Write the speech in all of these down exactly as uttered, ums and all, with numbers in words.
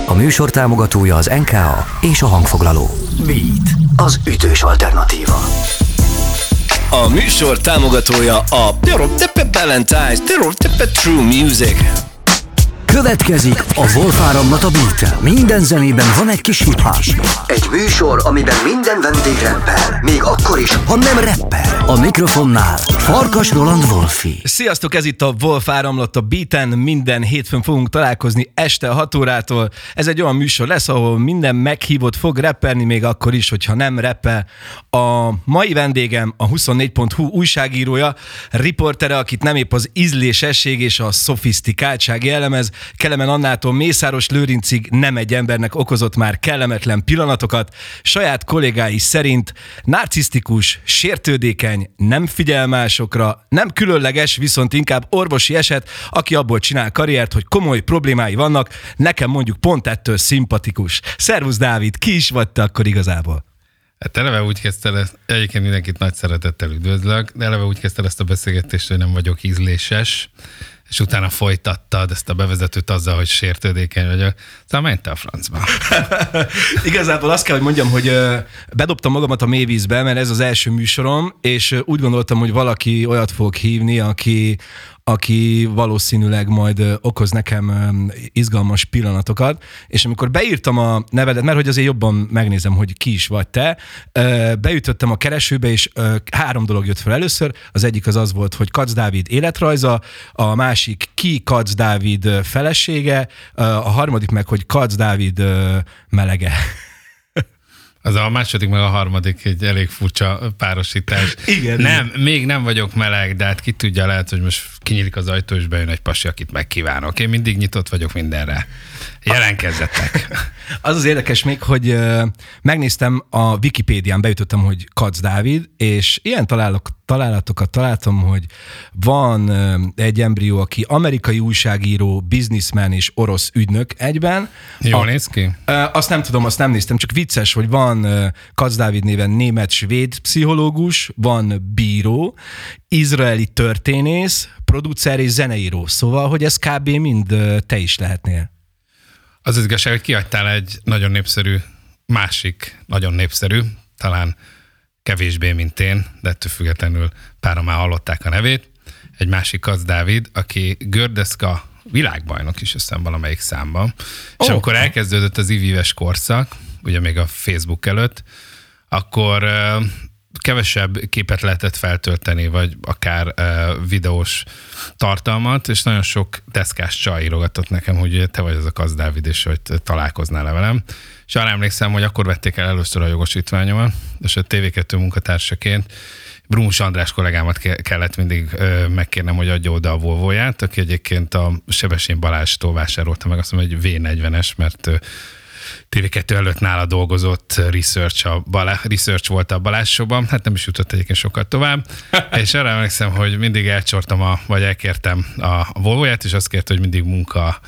A műsor támogatója az en ká á és a hangfoglaló. Beat, az ütős alternatíva. A műsor támogatója a Valentine's True Music. Következik a Wolf Áramlat a Beat-en. Minden zenében van egy kis hip-hop. Egy műsor, amiben minden vendég rappel, még akkor is, ha nem rapper. A mikrofonnál Farkas Roland Wolfi. Sziasztok, ez itt a Wolf Áramlat a Beat-en. Minden hétfőn fogunk találkozni este a hat órától. Ez egy olyan műsor lesz, ahol minden meghívott fog rappelni, még akkor is, hogyha nem rappel. A mai vendégem a huszonnégy pont hu újságírója, riportere, akit nem épp az ízlésesség és a szofisztikáltság jellemez. Kelemen Annától Mészáros Lőrincig nem egy embernek okozott már kellemetlen pillanatokat. Saját kollégái szerint narcisztikus, sértődékeny, nem figyel másokra, nem különleges, viszont inkább orvosi eset, aki abból csinál karriert, hogy komoly problémái vannak, nekem mondjuk pont ettől szimpatikus. Szervusz Dávid, ki is vagy te akkor igazából? Hát eleve úgy kezdte, egyébként mindenkit nagy szeretettel üdvözlök, de eleve úgy kezdte ezt a beszélgetést, hogy nem vagyok ízléses, és utána folytattad ezt a bevezetőt azzal, hogy sértődékeny vagyok. Szóval ment a francba. Igazából azt kell, hogy mondjam, hogy bedobtam magamat a mélyvízbe, mert ez az első műsorom, és úgy gondoltam, hogy valaki olyat fog hívni, aki, aki valószínűleg majd okoz nekem izgalmas pillanatokat, és amikor beírtam a nevedet, mert hogy azért jobban megnézem, hogy ki is vagy te, beütöttem a keresőbe, és három dolog jött fel először. Az egyik az az volt, hogy Kac Dávid életrajza, a másik ki Kac Dávid felesége, a harmadik meg, hogy Kac Dávid melege. Az a második meg a harmadik egy elég furcsa párosítás. Igen. Nem, még nem vagyok meleg, de hát ki tudja, lehet, hogy most kinyílik az ajtó, és bejön egy pasi, akit megkívánok. Én mindig nyitott vagyok mindenre. Jelenkezzetek. Az az érdekes még, hogy megnéztem a Wikipédián, beütöttem, hogy Kac Dávid, és ilyen találok, találatokat találtam, hogy van egy embrió, aki amerikai újságíró, bizniszmen és orosz ügynök egyben. Jól a, néz ki? Azt nem tudom, azt nem néztem, csak vicces, hogy van Kac Dávid néven német-svéd pszichológus, van bíró, izraeli történész, producer és zeneíró. Szóval, hogy ez kb. Mind te is lehetnél. Az az igazság, hogy kiadtál egy nagyon népszerű, másik nagyon népszerű, talán kevésbé, mint én, de ettől függetlenül páran már hallották a nevét. Egy másik Kac Dávid, aki gördeszka világbajnok is, aztán valamelyik számban. Oh. És amikor elkezdődött az ivíves korszak, ugye még a Facebook előtt, akkor uh, kevesebb képet lehetett feltölteni, vagy akár uh, videós tartalmat, és nagyon sok deszkás csaj írogatott nekem, hogy te vagy az a Kac Dávid, és hogy találkoznál velem. És arra emlékszem, hogy akkor vették el először a jogosítványomat, és a té vé kettő munkatársaként Brúmus András kollégámat kellett mindig ö, megkérnem, hogy adja oda a Volvóját, aki egyébként a Sebestyén Balázstól vásárolta meg, azt mondom, hogy vé negyvenes, mert ö, té vé kettő előtt nála dolgozott research, a Balá, research volt a Balázs showban, hát nem is jutott egyébként sokat tovább, és arra emlékszem, hogy mindig elcsortam, a, vagy elkértem a Volvóját, és azt kérte, hogy mindig munka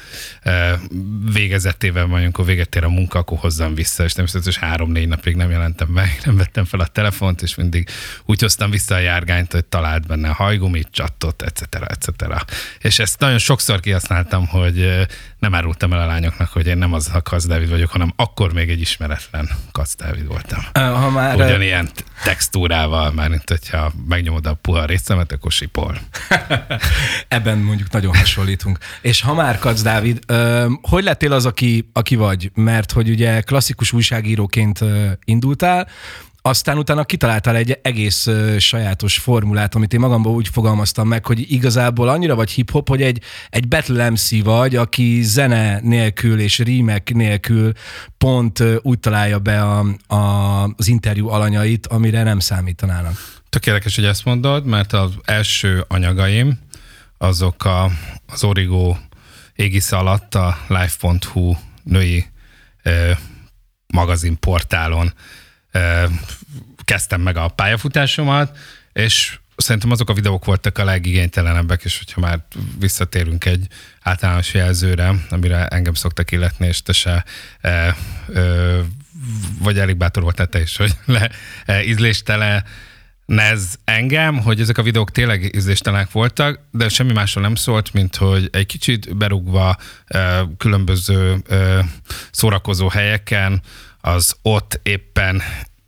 végezetében vagy, amikor véget ér a munka, akkor hozzam vissza, és természetesen három-négy napig nem jelentem meg, nem vettem fel a telefont, és mindig úgy hoztam vissza a járgányt, hogy talált benne a hajgumit, csattot, et cetera, et cetera. És ezt nagyon sokszor kihasználtam, hogy nem árultam el a lányoknak, hogy én nem az a Kac Dávid vagyok, hanem akkor még egy ismeretlen Kac Dávid voltam. Ha már ugyanilyen textúrával, már mint hogyha megnyomod a puha részemet, akkor sipol. Ebben mondjuk nagyon hasonlítunk. És ha már Kac Dávid, hogy lettél az, aki, aki vagy? Mert hogy ugye klasszikus újságíróként indultál, aztán utána kitaláltál egy egész uh, sajátos formulát, amit én magamban úgy fogalmaztam meg, hogy igazából annyira vagy hip-hop, hogy egy, egy battle em cé vagy, aki zene nélkül és rímek nélkül pont uh, úgy találja be a, a, az interjú alanyait, amire nem számítanának. Tökéletes, hogy ezt mondod, mert az első anyagaim, azok a, az Origo égisze alatt a live pont hu női uh, magazinportálon kezdtem meg a pályafutásomat, és szerintem azok a videók voltak a legigénytelenebbek, és hogyha már visszatérünk egy általános jelzőre, amire engem szoktak illetni, és te se e, e, vagy elég bátor voltál te is, hogy le, e, ízléstele nez engem, hogy ezek a videók tényleg ízléstelenek voltak, de semmi másról nem szólt, mint hogy egy kicsit berúgva különböző szórakozó helyeken, az ott éppen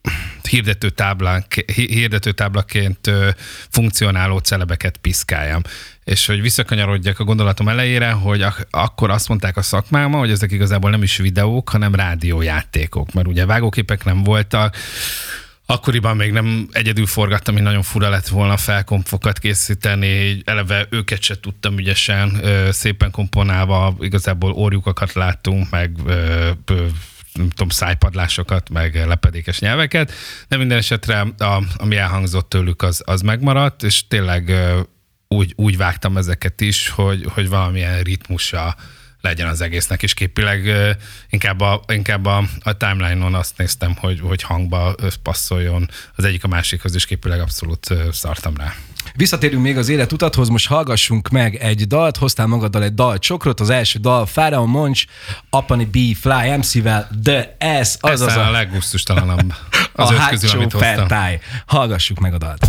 hirdetőtáblaként funkcionáló celebeket piszkáljam. És hogy visszakanyarodjak a gondolatom elejére, hogy ak- akkor azt mondták a szakmáma, hogy ezek igazából nem is videók, hanem rádiójátékok, mert ugye vágóképek nem voltak, akkoriban még nem egyedül forgattam, hogy nagyon fura lett volna felkompokat készíteni, eleve őket se tudtam ügyesen, szépen komponálva, igazából orjukakat láttunk, meg nem tudom, szájpadlásokat, meg lepedékes nyelveket, de minden esetre a, ami elhangzott tőlük, az, az megmaradt, és tényleg úgy, úgy vágtam ezeket is, hogy, hogy valamilyen ritmusa legyen az egésznek, és képileg inkább a, inkább a, a timeline-on azt néztem, hogy, hogy hangba passzoljon az egyik a másikhoz, és képileg abszolút szartam rá. Visszatérünk még az életutathoz, most hallgassunk meg egy dalt, hoztál magaddal egy dalcsokrot, az első dal Pharoah Monch, Apani B. Fly em cé-vel, The S, azaz Ez a, a leggusztustalanabb az a öt közül, hátsó amit hoztam. fettáj. Hallgassuk meg a dalt.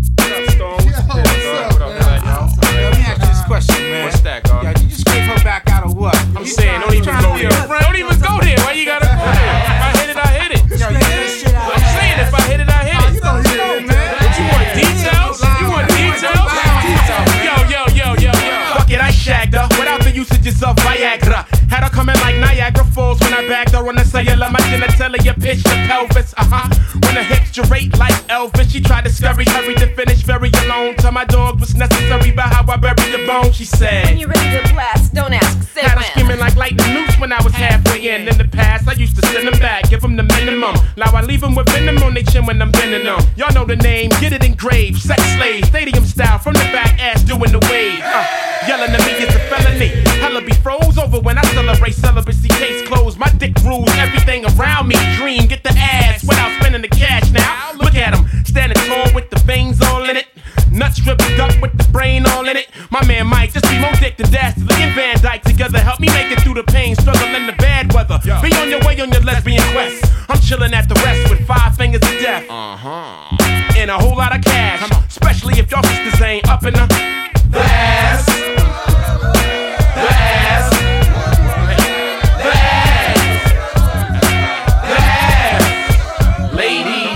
Question, man. What's that, God? Yeah, you just scrape her back out of what? I'm you saying, don't even go there. Don't even go there. Why you gotta go there? If I hit it, I hit it. Yo, you shit out. I'm saying, if I hit it, I hit it. You know, you know, man. But you want details? You want details? Yo, yo, yo, yo, yo. Fuck it, I shagged her without the usages of Viagra. Had her coming like Niagara Falls when I bagged her on the cellular. My genitalia pitch the pelvis, uh-huh. When the hips gyrate like Elvis, she tried to scurry, hurry to finish very alone. Tell my dog was necessary, but how I buried the bone, she said. When you're ready to blast, don't ask, say Had her when. screaming like lightning noose when I was halfway in. In the past, I used to send them back, give them the minimum. Now I leave them with venom on their chin when I'm bending them. Y'all know the name, get it engraved. Sex slave, stadium style, from the back, ass doing the wave. Uh, yelling at me, it's a felony. Hella be froze over when I celebrate celibacy, case closed. My dick rules everything around me. Dream, get the ass without spending the cash now. Look at him, standing tall with the veins all in it. Nuts ripped up with the brain all in it. My man Mike, just be more dick than Dastardly and Van Dyke together. Help me make it through the pain, struggle in the bad weather. Yo. Be on your way on your lesbian quest. I'm chilling at the rest with five fingers of death. Uh-huh. And a whole lot of cash. Especially if y'all sisters ain't up in the, the ass. The ass. The ass. The ass. Ladies.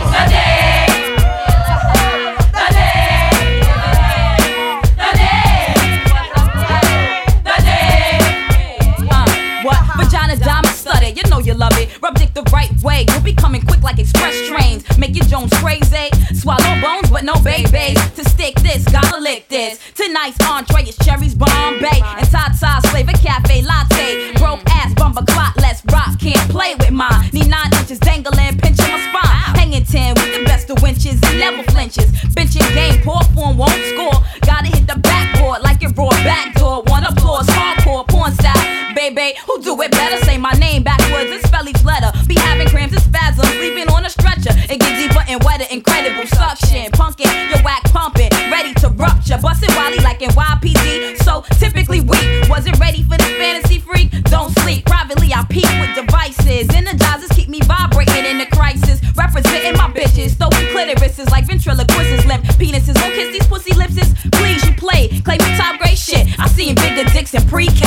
You know you love it. Rub dick the right way. You'll be coming quick like express trains. Make your Jones crazy. Swallow bones, but no babies. To stick this, gotta lick this. Tonight's entree is cherries, Bombay, and Tata's flavor cafe latte. Broke ass, bumper clot, let's rock. Can't play with mine. Need nine inches dangling, pinching my spine. Hanging ten with the best of winches and never flinches. Benching game, poor form won't score. Gotta hit the backboard like it raw backdoor. One applause, hardcore, porn style. Baby, who do it better? Say my name backwards and spell each letter. Be having cramps and spasms, leaving on a stretcher. It get deeper and wetter, incredible suction. Punkin', your whack pumping, ready to rupture. Bustin' Wally like in Y P D, so typically weak. Wasn't ready for this fantasy freak? Don't sleep. Privately, I peek with devices. Energizers keep me vibrating in the crisis. Representing my bitches, throwing clitorises like ventriloquists. Limp penises, won't kiss these pussy lipses. Please, you play, claim you top grade shit. I seen bigger dicks in pre-K.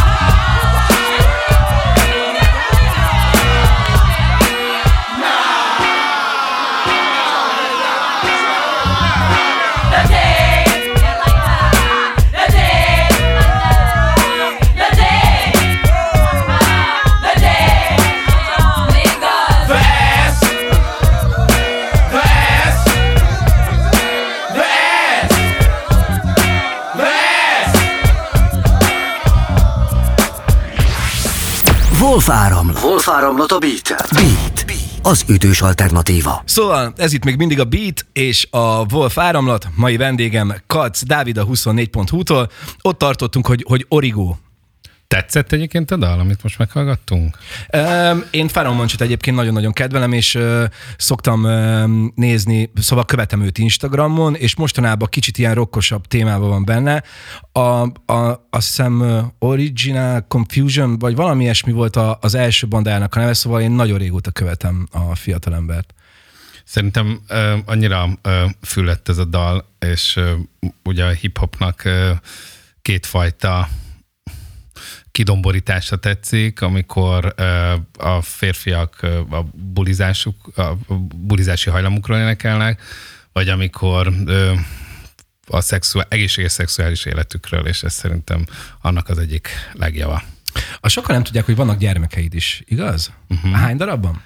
Wolfáramlat. Wolfáramlat a Beat. Beat. Az ütős alternatíva. Szóval ez itt még mindig a Beat és a Wolf Áramlat. Mai vendégem Kac Dávid a huszonnégy pont hu-tól. Ott tartottunk, hogy, hogy Origó. Tetszett egyébként a dal, amit most meghallgattunk? Um, én Pharoah Monchot egyébként nagyon-nagyon kedvelem, és uh, szoktam uh, nézni, szóval követem őt Instagramon, és mostanában kicsit ilyen rockosabb témában van benne. A, a, azt hiszem uh, Original Confusion, vagy valami ilyesmi volt a, az első bandájának a neve, szóval én nagyon régóta követem a fiatalembert. Szerintem uh, annyira uh, fülett ez a dal, és uh, ugye a hip-hopnak uh, kétfajta kidomborítása tetszik, amikor uh, a férfiak uh, a bulizásuk, a bulizási hajlamukról énekelnek, vagy amikor uh, a szexuál, egészséges szexuális életükről, és ez szerintem annak az egyik legjava. A sokan nem tudják, hogy vannak gyermekeid is, igaz? Uh-huh. Hány darabban?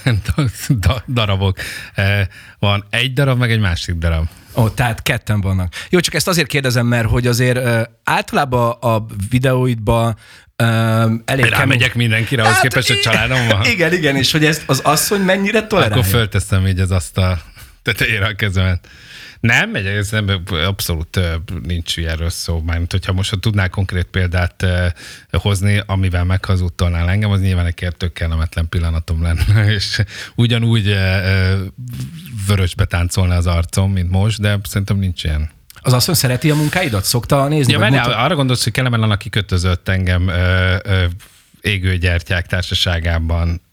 Darabok. Van egy darab, meg egy másik darab. Ó, tehát ketten vannak. Jó, csak ezt azért kérdezem, mert hogy azért uh, általában a videóidban uh, elég... Rámegyek mindenkire, ahhoz hát, képest, hogy családom van. Igen, igen, és hogy ezt az asszony mennyire tolerálja? Akkor fölteszem így az asztal tetejére a kezemet. Nem, ez abszolút nincs ilyenről szó. Mármint, hogyha most ha tudnál konkrét példát hozni, amivel meghazudtolnál engem, az nyilván egy tök kellemetlen pillanatom lenne, és ugyanúgy vörösbe táncolna az arcom, mint most, de szerintem nincs ilyen. Az asszony szereti a munkáidat? Szokta nézni? Ja, mert mutat... arra gondolsz, hogy kellemetlen, aki kötözött engem ö, ö, égőgyertyák társaságában.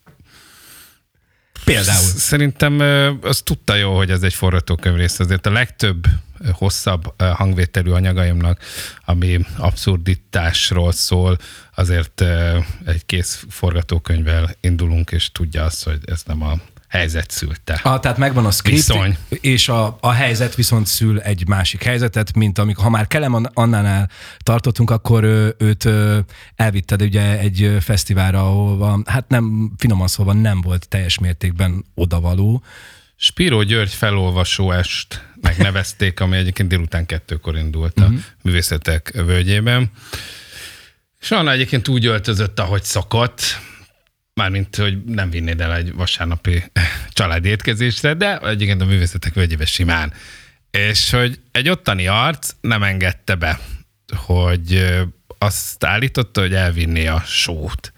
Például. Szerintem az tudta jó, hogy ez egy forgatókönyv rész. Azért a legtöbb hosszabb hangvételű anyagaimnak, ami abszurditásról szól, azért egy kész forgatókönyvvel indulunk, és tudja azt, hogy ez nem a helyzet szülte. Ah, tehát megvan a script, viszony. És a, a helyzet viszont szül egy másik helyzetet, mint amikor, ha már Kelem Annánál tartottunk, akkor ő, őt elvitted ugye egy fesztiválra, ahol hát nem, finoman szólva nem volt teljes mértékben odavaló. Spiró György felolvasó est megnevezték, ami egyébként délután kettőkor indult uh-huh. a Művészetek Völgyében. És Anna egyébként úgy öltözött, ahogy szokott, mármint, hogy nem vinnéd el egy vasárnapi családi étkezésre, de egyébként a Művészetek Völgyében simán. És hogy egy ottani arc nem engedte be, hogy azt állította, hogy elvinné a sót.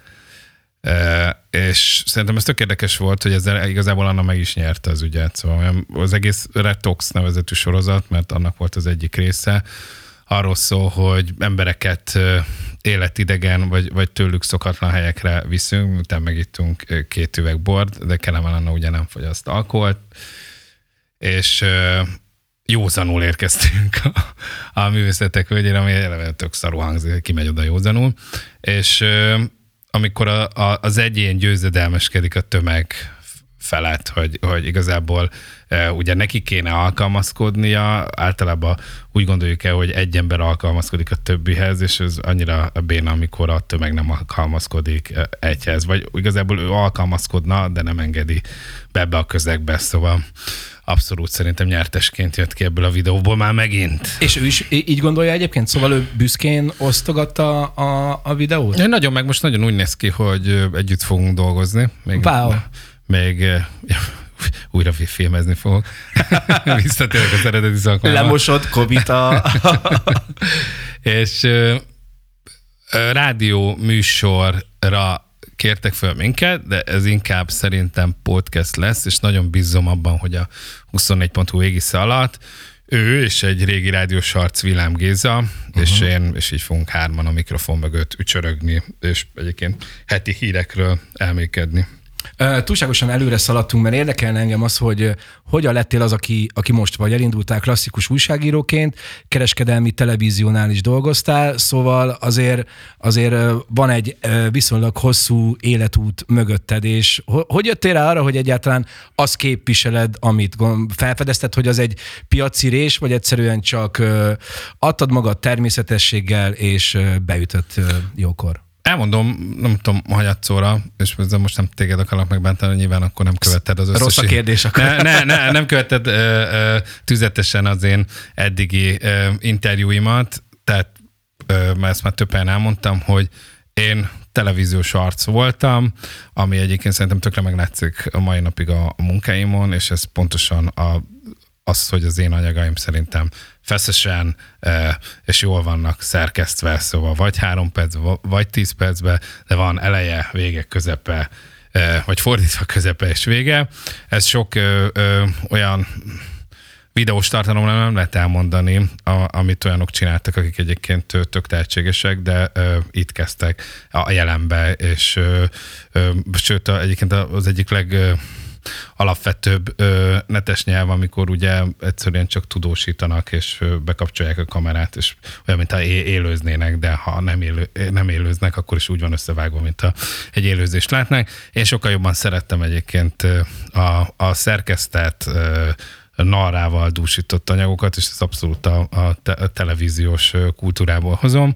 És szerintem ez tök érdekes volt, hogy ezzel igazából Anna meg is nyerte az ügyet. Szóval az egész Retox nevezetű sorozat, mert annak volt az egyik része, arról szól, hogy embereket életidegen, vagy, vagy tőlük szokatlan helyekre viszünk, miután megittunk két üveg bort, de Kelemen Anna ugye nem fogyaszt alkoholt, és józanul érkeztünk a, a Művészetek Völgyére, ami eleve tök szarú hangzik, kimegy oda józanul, és amikor a, a, az egyén győzedelmeskedik a tömeg felett, hogy, hogy igazából e, ugye neki kéne alkalmazkodnia, általában úgy gondoljuk el, hogy egy ember alkalmazkodik a többihez, és ez annyira béna, amikor a tömeg nem alkalmazkodik egyhez, vagy igazából ő alkalmazkodna, de nem engedi be ebbe a közegbe, szóval abszolút szerintem nyertesként jött ki ebből a videóból már megint. És ő is így gondolja egyébként? Szóval ő büszkén osztogatta a, a videót? Ja, nagyon, meg most nagyon úgy néz ki, hogy együtt fogunk dolgozni. Még, wow. Még ja, újra filmezni fogok. Visszatérek az eredeti szakmába. Lemosott Kobita. És uh, rádió műsorra kértek fel minket, de ez inkább szerintem podcast lesz, és nagyon bízom abban, hogy a huszonnégy pont hu égisze alatt ő és egy régi rádiós arc, Vilám Géza, uh-huh. és én, és így fogunk hárman a mikrofon mögött ücsörögni, és egyébként heti hírekről elmékedni. Túlságosan előre szaladtunk, mert érdekelne engem az, hogy hogyan lettél az, aki, aki most vagy. Elindultál klasszikus újságíróként, kereskedelmi televíziónál is dolgoztál, szóval azért, azért van egy viszonylag hosszú életút mögötted, és hogy jöttél rá arra, hogy egyáltalán azt képviseled, amit felfedezted, hogy az egy piacirés, vagy egyszerűen csak adtad magad természetességgel, és beütött jókor? Elmondom, nem tudom, hanyatszóra, és most nem téged akarok megbántani, nyilván akkor nem követted az összes... Rossz a kérdés akkor. Ne, ne, ne, nem követted ö, ö, tüzetesen az én eddigi ö, interjúimat, tehát ö, ezt már többen elmondtam, hogy én televíziós arc voltam, ami egyébként szerintem tökre meglátszik a mai napig a, a munkáimon, és ez pontosan a, az, hogy az én anyagaim szerintem feszesen és jól vannak szerkesztve, szóval vagy három perc, vagy tíz percben, de van eleje, vége, közepe, vagy fordítva közepe és vége. Ez sok ö, ö, olyan videós tartalomra nem lehet elmondani, a, amit olyanok csináltak, akik egyébként tök tehetségesek, de ö, itt kezdtek a jelenbe, és ö, ö, sőt, a, egyébként az egyik leg... Ö, alapvetőbb ö, netes nyelv, amikor ugye egyszerűen csak tudósítanak, és ö, bekapcsolják a kamerát, és olyan, mintha é- élőznének, de ha nem, élő, nem élőznek, akkor is úgy van összevágva, mint ha egy élőzést látnánk. Én sokkal jobban szerettem egyébként a, a szerkesztett, ö, narrával dúsított anyagokat, és ez abszolút a, a, te, a televíziós kultúrából hozom.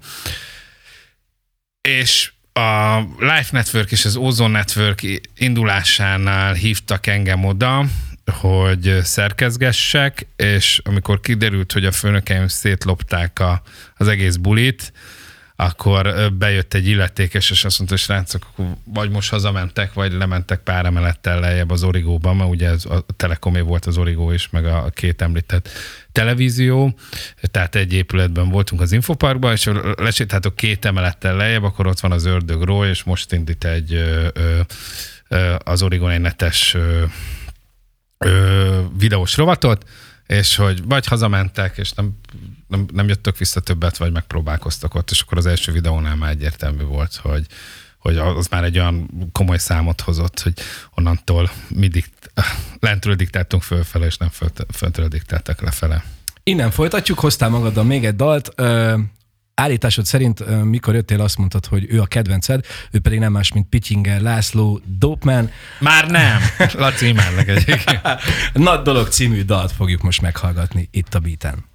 És a Life Network és az Ozone Network indulásánál hívtak engem oda, hogy szerkezgessek, és amikor kiderült, hogy a főnökeim szétlopták a, az egész bulit, akkor bejött egy illetékes, és azt mondta, hogy srácok, vagy most hazamentek, vagy lementek pár emelettel lejjebb az Origóban, mert ugye ez a Telekomé volt az Origó is, meg a két említett televízió, tehát egy épületben voltunk az Infoparkban, és lesétáltok két emelettel lejjebb, akkor ott van az Ördög Roy, és most indít egy ö, ö, az Origon egy netes ö, ö, videós rovatot, és hogy vagy hazamentek, és nem, nem, nem jöttök vissza többet, vagy megpróbálkoztak ott, és akkor az első videónál már egyértelmű volt, hogy, hogy az már egy olyan komoly számot hozott, hogy onnantól mi dikt, lentről diktáltunk fölfele, és nem föl, föntről diktáltak lefele. Innen folytatjuk, hoztál magaddal még egy dalt. Ö, állításod szerint, ö, mikor jöttél, azt mondtad, hogy ő a kedvenced, ő pedig nem más, mint Pityinger László, Dope Man. Már nem! Laci, imádlak egyébként. Nagy dolog című dalt fogjuk most meghallgatni itt a Beaten.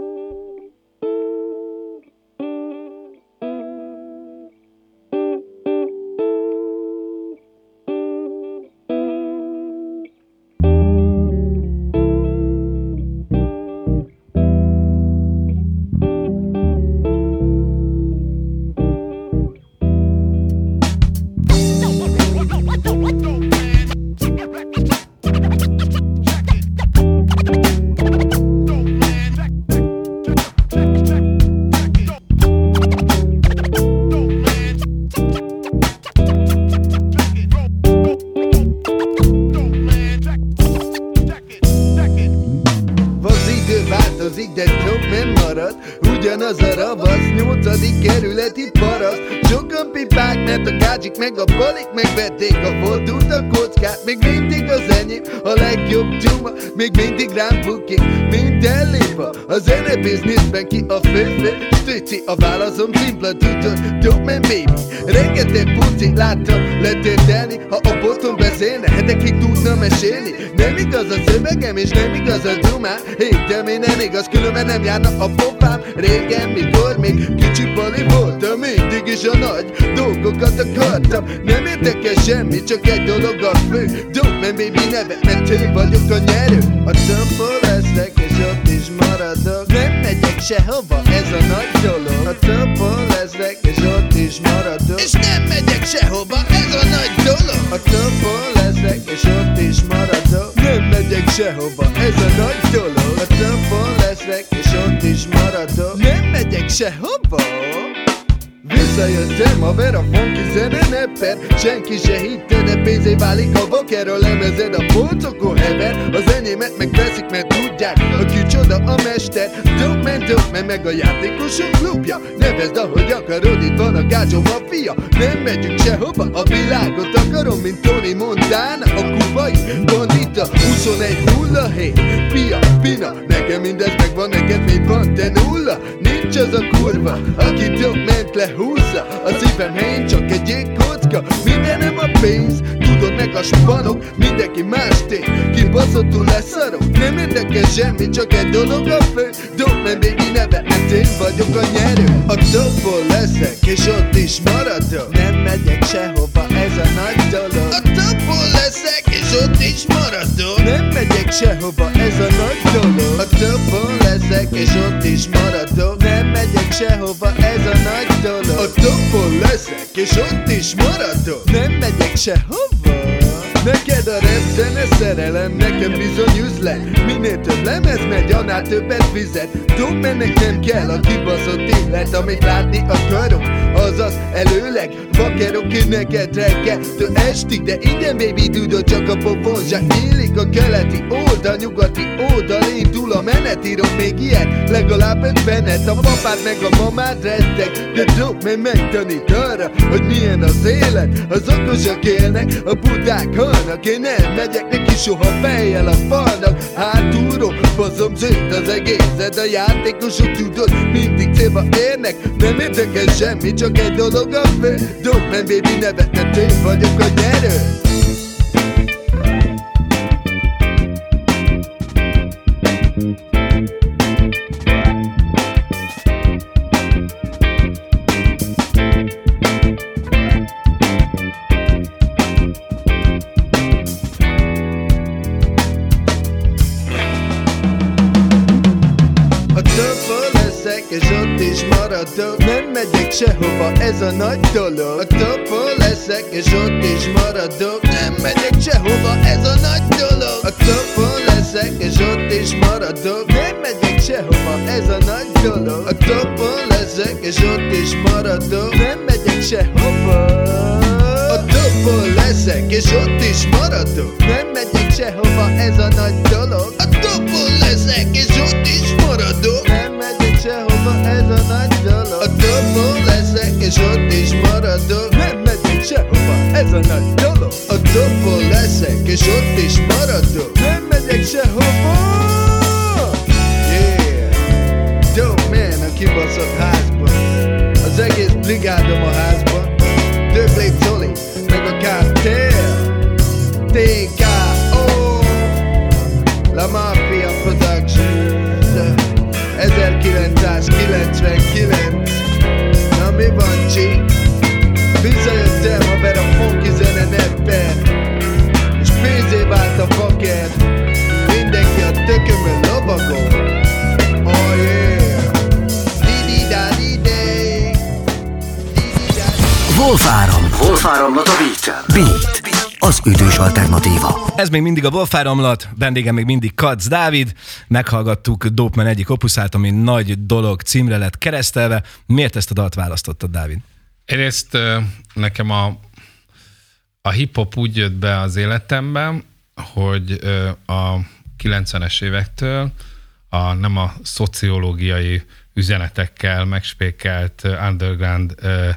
Meg a balik megvették a fordult a kockát. Még mindig az enyém, a legjobb tyúma. Még mindig rám bukik, minden lipa. A zene bizniszben ki a főfő. Stüci, a válaszom szimpla, tudod, Dope Man baby. Rengeteg puci láttam letérdelni. Ha a boton beszélne, hetekig tudna mesélni. Nem igaz a szövegem és nem igaz a dumám. Hittem én nem igaz, különben nem járna a popám. Régen, mikor még kicsi bali voltam, mindig is a nagy dolgokat akartam. Nem érdekel semmi, csak egy dolog a fő. Dope Man baby neve, mert én vagyok a nyerő. A toppon leszek és ott is maradok. Nem megyek sehova, ez a nagy dolog. A toppon leszek és ott is maradok. És nem megyek sehova, ez a nagy dolog. A toppon leszek és ott is maradok. Nem megyek sehova, ez a nagy dolog. A toppon leszek és ott is maradok. Nem megyek sehova. Visszajöttem, a Vera Funky zene nepper. Senki se hitte, de pénzé válik a vaker. A lemezed a polcokon hever. Az enyémet megveszik, mert tudják, a kicsoda a mester. Dope Man, Dope Man, meg a játékosok klubja. Nevezd ahogy akarod, itt van a gácsó mafia. Nem megyünk sehova, a világot akarom, mint Tony Montana. A kubai bandita, huszonegy nulla hét. Pia, pina, nekem mindez megvan, neked még van, te nulla. Nincs az a kurva, aki Dope Man-t le húzza a szívem helyén, csak egy jégkocka. Mindenem a pénz, tudod meg a spanok. Mindenki más tény, kibaszottul leszarok. Nem érdekel semmi, csak egy dolog a fő. Dope Man baby neve, hát én vagyok a nyerő. A topból leszek, és ott is maradok. Nem megyek sehova, ez a nagy dolog. A topból leszek, és ott is maradok. Nem megyek sehova, ez a nagy dolog. A topból leszek, és ott is maradok. Nem megyek sehova, ez a nagy dolog. A topon leszek, és ott is maradok. Nem megyek sehova. Neked a rap zene szerelem, nekem bizony üzlet. Minél több lemez megy, annál többet fizet. Dope Mannek nem kell a kibaszott illet, amit látni akarok. azaz előleg vakerok ki neked reggeltől estig, de igen baby dudod, csak a pofonzsák nyílik a keleti oldal, nyugati oldal indul a menet, írok még ilyet, legalább ötvenet, a papád meg a mamád retteg, de dope man megtanít arra, hogy milyen az élet, az okosak élnek, a budák halnak, én nem megyek neki soha fejjel a falnak, hátulról faszom szét az egészet, a játékosok tudod, mindig célba érnek, nem érdekel semmi, csak egy dolog a fő, dope man baby nevetett, én vagyok a nyerő. És ott is maradok, nem megyek sehova, ez a nagy dolog. A topon leszek, és ott is maradok, nem megyek sehova, ez a nagy dolog. A topon leszek, és ott is maradok, nem megyek sehova, ez a nagy dolog. A topon leszek, és ott is maradok, nem megyek sehova. A topon leszek, és ott is maradok, nem megyek sehova, ez a nagy dolog. A topon leszek, és ott is maradok, nem megyek sehova, ez a nagy dolog. A topon leszek, és ott is maradok, nem megyek sehova, ez a nagy dolog. A topon leszek, és ott is maradok, nem megyek sehova. Yeah, dope man a kibaszott házban, az egész brigádom a házban, Döblé Zoli, meg a Cartel, té ká ó, La Mafia Productions, ezerkilencszázkilencvenkilenc. Na mi van, G? Visszajöttem, a ver a funky zene nepper, és pénzé vált a faker, mindenki a tökömön lovagol. Oh yeah, di-di-da-di-day, di-di-da-di-day. Wolfáram, Wolfáramlat a Beat. Beat, az ütős alternatíva. Ez még mindig a Wolfáramlat, vendégem még mindig Katz Dávid. Meghallgattuk Dope Man egyik opuszát, ami Nagy Dolog címre lett keresztelve. Miért ezt a dalt választottad, Dávid? Egyrészt nekem a, a hip-hop úgy jött be az életemben, hogy a kilencvenes évektől a, nem a szociológiai üzenetekkel megspékelt underground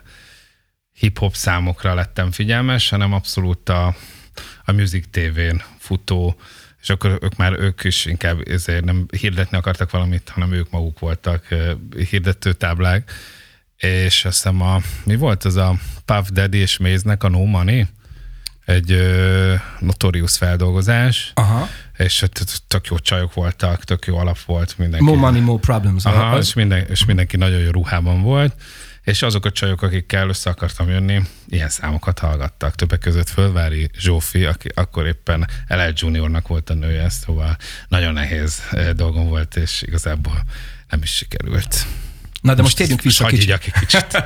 hip-hop számokra lettem figyelmes, hanem abszolút a, a Music té vén futó, és akkor ők már ők is inkább ezért nem hirdetni akartak valamit, hanem ők maguk voltak hirdető táblák. És azt hiszem a, mi volt az a Puff Daddy és Maze-nek a No Money? Egy ö, Notorious feldolgozás. Aha. És tök jó csajok voltak, tök jó alap volt mindenki. More money, more problems. Aha, és, minden, és mindenki nagyon jó ruhában volt. És azok a csajok, akikkel össze akartam jönni, ilyen számokat hallgattak. Többek között Földvári Zsófi, aki akkor éppen el el Juniornak volt a nője, szóval nagyon nehéz dolgom volt, és igazából nem is sikerült. Na, de most térjünk vissza kicsit. Hagyj egy kicsit.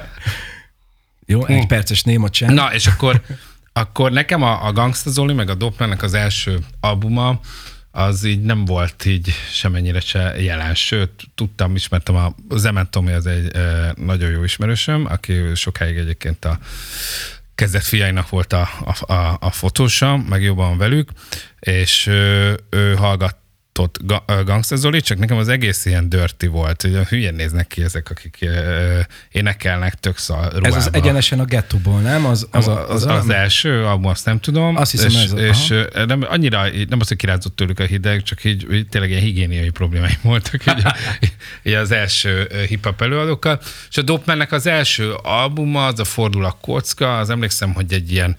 Jó, egy perces néma csend. Na, és akkor, akkor nekem a, a Gangsta Zoli, meg a Dope Man-nek az első albuma, az így nem volt így semennyire se jelen. Sőt, tudtam, ismertem a Zement Tomi, az egy e, nagyon jó ismerősöm, aki sokáig egyébként a kezdet fiainak volt a, a, a, a fotósa, meg jobban velük, és ő, ő hallgatott Gangsta Zoli, csak nekem az egész ilyen dirty volt. Ugye hülyén néznek ki ezek, akik uh, énekelnek tök szal ruhába. Ez az egyenesen a gettóból, nem? Az, az, az, az, az, az első, abban azt nem tudom. Azt hiszem, és, ez és nem, annyira, nem az, hogy kirázott tőlük a hideg, csak így, így tényleg ilyen higiéniai problémáim voltak így, így az első hip-hop előadókkal. És a Dope Man-nek az első albuma, az a Fordul a kocka, az emlékszem, hogy egy ilyen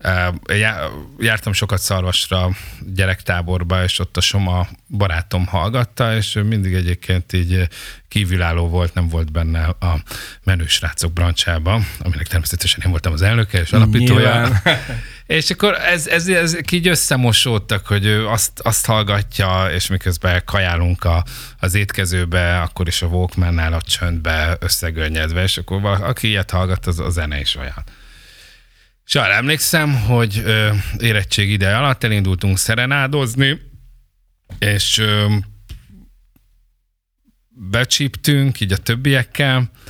jártam sokat Szarvasra gyerektáborba, és ott a Soma barátom hallgatta, és mindig egyébként így kívülálló volt, nem volt benne a menősrácok brancsában, aminek természetesen én voltam az elnöke és alapítója. És akkor ez, ez, ez így összemosódtak, hogy ő azt, azt hallgatja, és miközben kajálunk a, az étkezőbe, akkor is a Walkmannál a csöndbe összegörnyedve, és akkor valaki, aki ilyet hallgat, az a zene is olyan. És arra emlékszem, hogy ö, érettség ideje alatt elindultunk szerenádozni, és ö, becsíptünk így a többiekkel,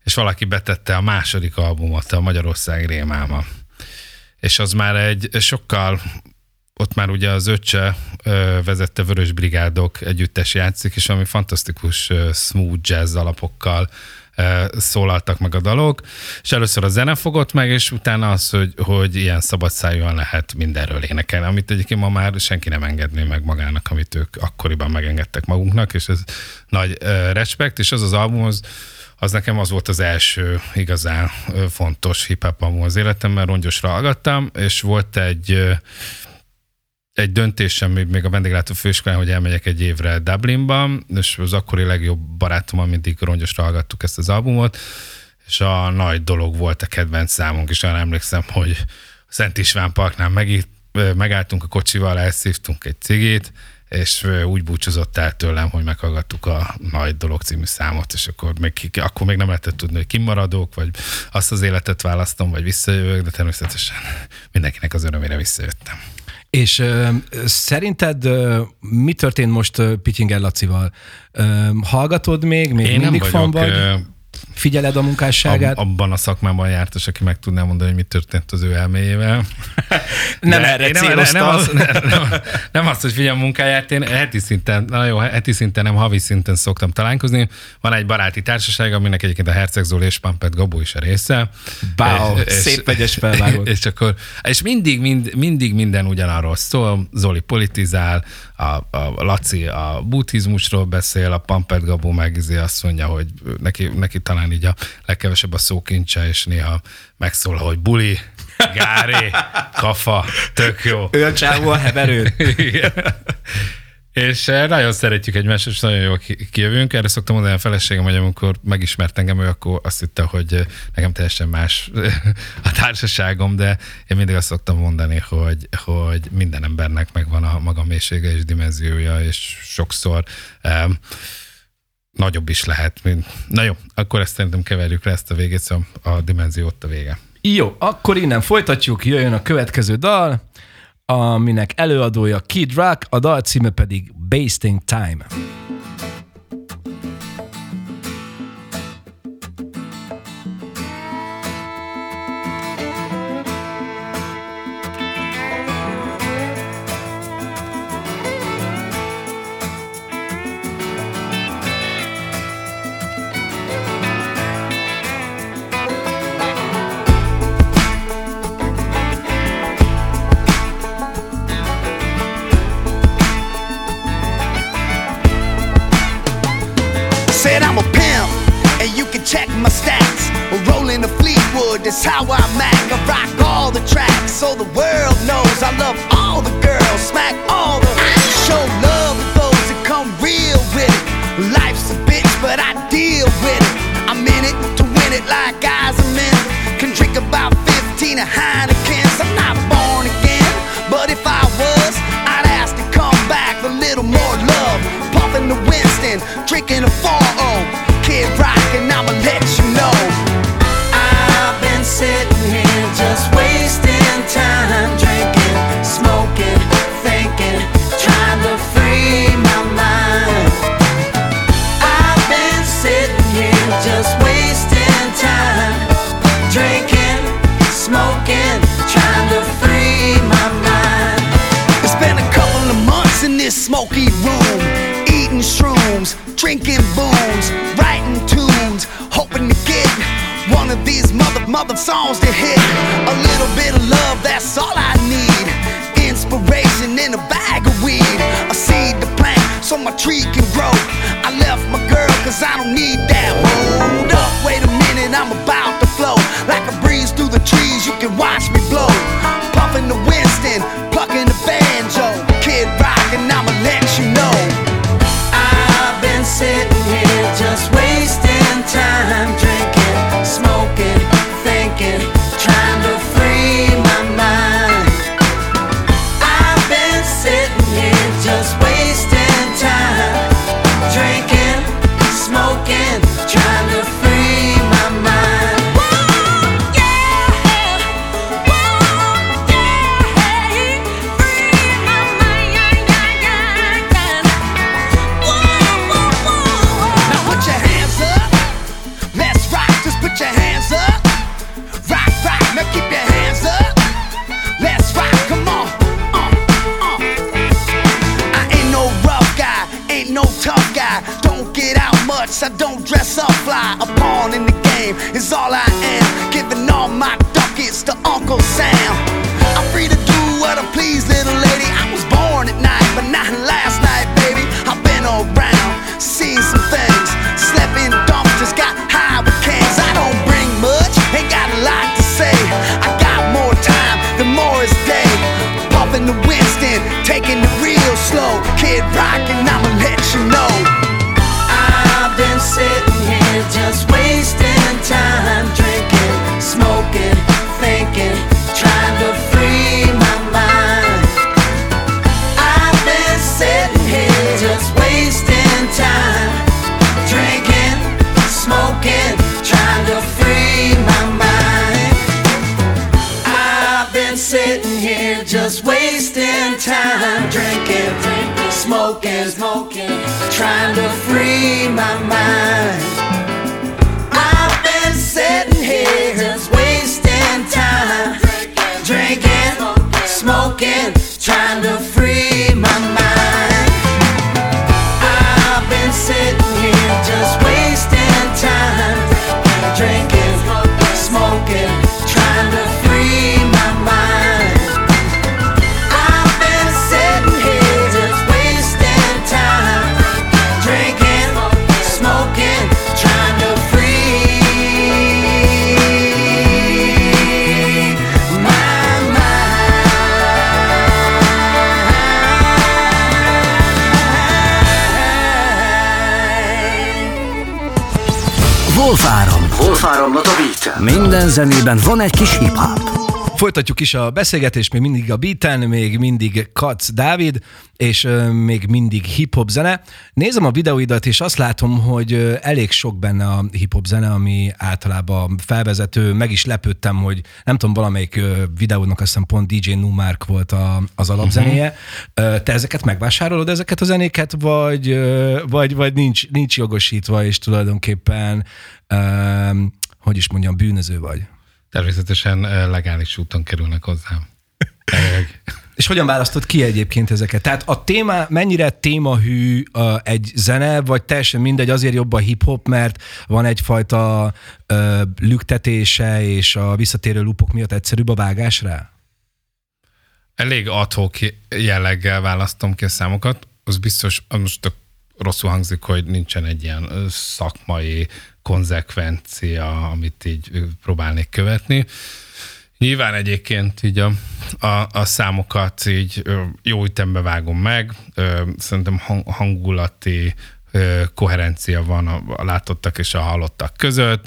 és valaki betette a második albumot, a Magyarország rémálma. És az már egy sokkal, ott már ugye az öccse vezette Vörös Brigádok együttes játszik, és ami fantasztikus smooth jazz alapokkal szólaltak meg a dalok, és először a zene fogott meg, és utána az, hogy, hogy ilyen szabadszájúan lehet mindenről énekelni, amit egyébként ma már senki nem engedné meg magának, amit ők akkoriban megengedtek magunknak, és ez nagy respekt, és az az album, az, az nekem az volt az első igazán fontos hip-hop album az életemben, rongyosra hallgattam, és volt egy egy döntésem még a vendéglátó főiskolán, hogy elmegyek egy évre Dublinban, és az akkori legjobb barátommal mindig rongyosra hallgattuk ezt az albumot, és a nagy dolog volt a kedvenc számunk, és arra emlékszem, hogy a Szent István Parknál meg, megálltunk a kocsival, elszívtunk egy cigét, és úgy búcsúzott el tőlem, hogy meghallgattuk a Nagy Dolog című számot, és akkor még, akkor még nem lehetett tudni, hogy kimaradok, vagy azt az életet választom, vagy visszajövök, de természetesen mindenkinek az örömére visszajöttem. És ö, szerinted ö, mi történt most ö, Pityinger Lacival? Ö, hallgatod még? Még Én mindig nem fan vagyok, vagy? Ö, Figyeled a munkásságát? Ab, abban a szakmában jártas, aki meg tudná mondani, hogy mi történt az ő elméjével. nem De erre nem, céloztam. Nem, nem, az, nem, nem, nem azt, hogy figyelj a munkáját, én heti szinten, na jó, heti szinten, nem havi szinten szoktam találkozni. Van egy baráti társaság, aminek egyébként a Herceg Zoli és Pampet Gabó is a része. Wow, és, szép vegyes felvágod. És, akkor, és mindig, mind, mindig minden ugyanarról szól. Zoli politizál, a, a Laci a buddhizmusról beszél, a Pampet Gabó meg azt mondja, hogy neki, neki talán így a legkevesebb a szókincse, és néha megszól, hogy buli, gáré, kafa, tök jó. Ő a csávó a heverő. És nagyon szeretjük egymást, és nagyon jól kijövünk. Erre szoktam mondani a feleségem, hogy amikor megismert engem, ő akkor azt hitte, hogy nekem teljesen más a társaságom, de én mindig azt szoktam mondani, hogy, hogy minden embernek megvan a maga mélysége és dimenziója, és sokszor um, nagyobb is lehet, mint... Na jó, akkor ezt szerintem keverjük le ezt a végét, szóval a dimenzió ott a vége. Jó, akkor innen folytatjuk, jöjjön a következő dal, aminek előadója Kid Rock, a dal címe pedig Wasting Time. Said I'm a pimp, and you can check my stats. Rolling the Fleetwood, that's how I mac. I rock all the tracks, so the world knows I love all the girls, smack all the. Show love to those that come real with it. Life's a bitch, but I deal with it. I'm in it to win it like guys are men. Can drink about fifteen of Heineken's. I'm not born again, but if I was, I'd ask to come back a little more love. Puffing the Winston, drinking a four oh. Kid Rock, and I'ma let you know. I've been sitting here just wasting time, drinking, smoking, thinking, trying to free my mind. I've been sitting here just wasting time, drinking, smoking, trying to free my mind. It's been a couple of months in this smoky room, eating shrooms, drinking booze, writing tunes, hoping to get one of these mother mother songs to hit. A little bit of love, that's all I need. Inspiration in a bag of weed, a seed to plant so my tree can grow. I left my girl cause I don't need that. Hold up, wait a minute, I'm about to flow. Like a breeze through the trees, you can watch me blow. Puffing the Winston, plucking the banjo. Kid Rock, and I'ma let you know. I've been sitting here just wasting time, drinking, smoking, thinking, trying I don't dress up fly. A pawn in the game is all I am. Giving all my ducats to Uncle Sam. I'm free to do what I please, little lady. I was born at night, but not last night, baby. I've been around, seen some things. Slept in dumpsters, got high with kings. I don't bring much, ain't got a lot to say. I got more time than Morris Day. Puffing the Winston, taking it real slow. Kid Rock, and I'ma let you know. I've been sitting here just wasting time, drinking, smoking, thinking, trying to free my mind. I've been sitting here just wasting time, drinking, smoking, trying to free my mind. I've been sitting here just wasting time, drinking, smoking, smoking, trying to free my mind. I've been sitting here just wasting time, drinking, smoking, trying to free my mind. I've been sitting here just wasting time, drinking, smoking, trying to free my mind. I've been sitting here just wasting time, drinking, smoking, trying to free my mind. Wolfáram, Wolfáramlott a beat. Minden zenében van egy kis hip-hop. Folytatjuk is a beszélgetést, még mindig a beaten, még mindig Kac Dávid, és euh, még mindig hip-hop zene. Nézem a videóidat, és azt látom, hogy euh, elég sok benne a hip-hop zene, ami általában felvezető. Meg is lepődtem, hogy nem tudom, valamelyik euh, videónak azt hiszem pont dé dzsé Numark volt a, az alapzenéje. Uh-huh. Te ezeket megvásárolod, ezeket a zenéket, vagy, euh, vagy, vagy nincs, nincs jogosítva, és tulajdonképpen, euh, hogy is mondjam, bűnöző vagy? Természetesen legális úton kerülnek hozzám. És hogyan választod ki egyébként ezeket? Tehát a téma, mennyire témahű uh, egy zene, vagy teljesen mindegy, azért jobb a hip-hop, mert van egyfajta uh, lüktetése, és a visszatérő lupok miatt egyszerűbb a vágás rá? Elég ad-hoc jelleggel választom ki a számokat. Az biztos, most rosszul hangzik, hogy nincsen egy ilyen szakmai konzekvencia, amit így próbálnék követni. Nyilván egyébként így a, a, a számokat így jó ütembe vágom meg. Szerintem hangulati koherencia van a látottak és a hallottak között,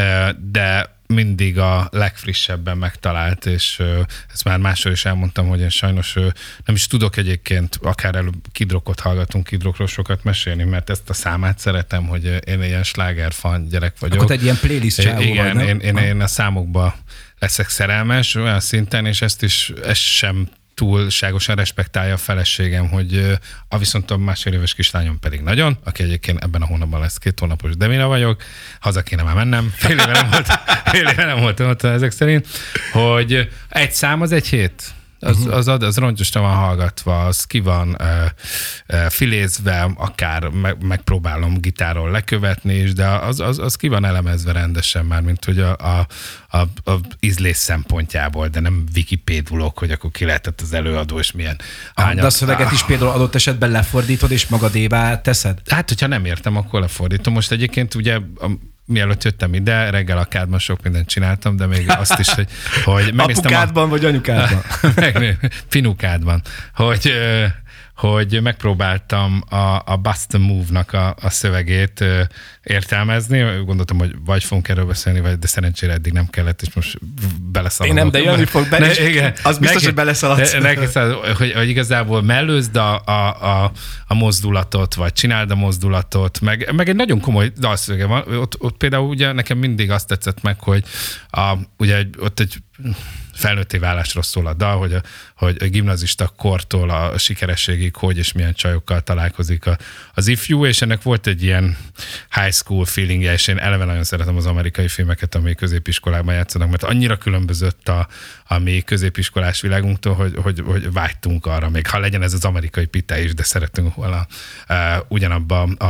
de mindig a legfrissebben megtalált, és ezt már máshol is elmondtam, hogy én sajnos nem is tudok egyébként, akár előbb Kid Rockot hallgatunk, Kid Rockról sokat mesélni, mert ezt a számát szeretem, hogy én ilyen slágerfan gyerek vagyok. Akkor egy ilyen playlist csávó igen, vagy, nem? Én, én, én a számokba leszek szerelmes olyan szinten, és ezt is ezt sem túlságosan respektálja a feleségem, hogy a viszont a másfél éves kislányom pedig nagyon, aki egyébként ebben a hónapban lesz két hónapos, de mire vagyok, haza kéne már mennem, fél éve nem volt, fél éve nem volt, volt ezek szerint, hogy egy szám az egy hét. Az, az, az, az rongyosra van hallgatva, az ki van uh, uh, filézve, akár meg, megpróbálom gitáron lekövetni is, de az, az, az ki van elemezve rendesen már, mint hogy a, a, a, a ízlés szempontjából, de nem wikipédulok, hogy akkor ki lehetett az előadó, és milyen hányat. De a szöveget is például adott esetben lefordítod, és magadévá teszed? Hát, hogyha nem értem, akkor lefordítom. Most egyébként ugye a, mielőtt jöttem ide, reggel a kádban sok mindent csináltam, de még azt is, hogy... hogy apukádban a, vagy anyukádban? meg, finukádban. Hogy, hogy megpróbáltam a, a Bust the Move-nak a, a szövegét értelmezni. Gondoltam, hogy vagy fogunk erről beszélni, vagy, de szerencsére eddig nem kellett, és most beleszaladok. Én nem, de jönni fog bele, ne, igen, az biztos, neki, hogy beleszaladsz. Neki, hogy, hogy igazából mellőzd a, a, a, a mozdulatot, vagy csináld a mozdulatot, meg, meg egy nagyon komoly dalszövege van. Ott, ott például ugye nekem mindig azt tetszett meg, hogy a, ugye ott egy felnőtté válásról szól a dal, hogy a, hogy a gimnazista kortól a sikerességig hogy és milyen csajokkal találkozik a, az ifjú, és ennek volt egy ilyen high school feelingje, és én eleve nagyon szeretem az amerikai filmeket, ami középiskolában játszanak, mert annyira különbözött a, a mi középiskolás világunktól, hogy, hogy, hogy vágytunk arra, még ha legyen ez az amerikai pite is, de szeretünk volna uh, ugyanabba a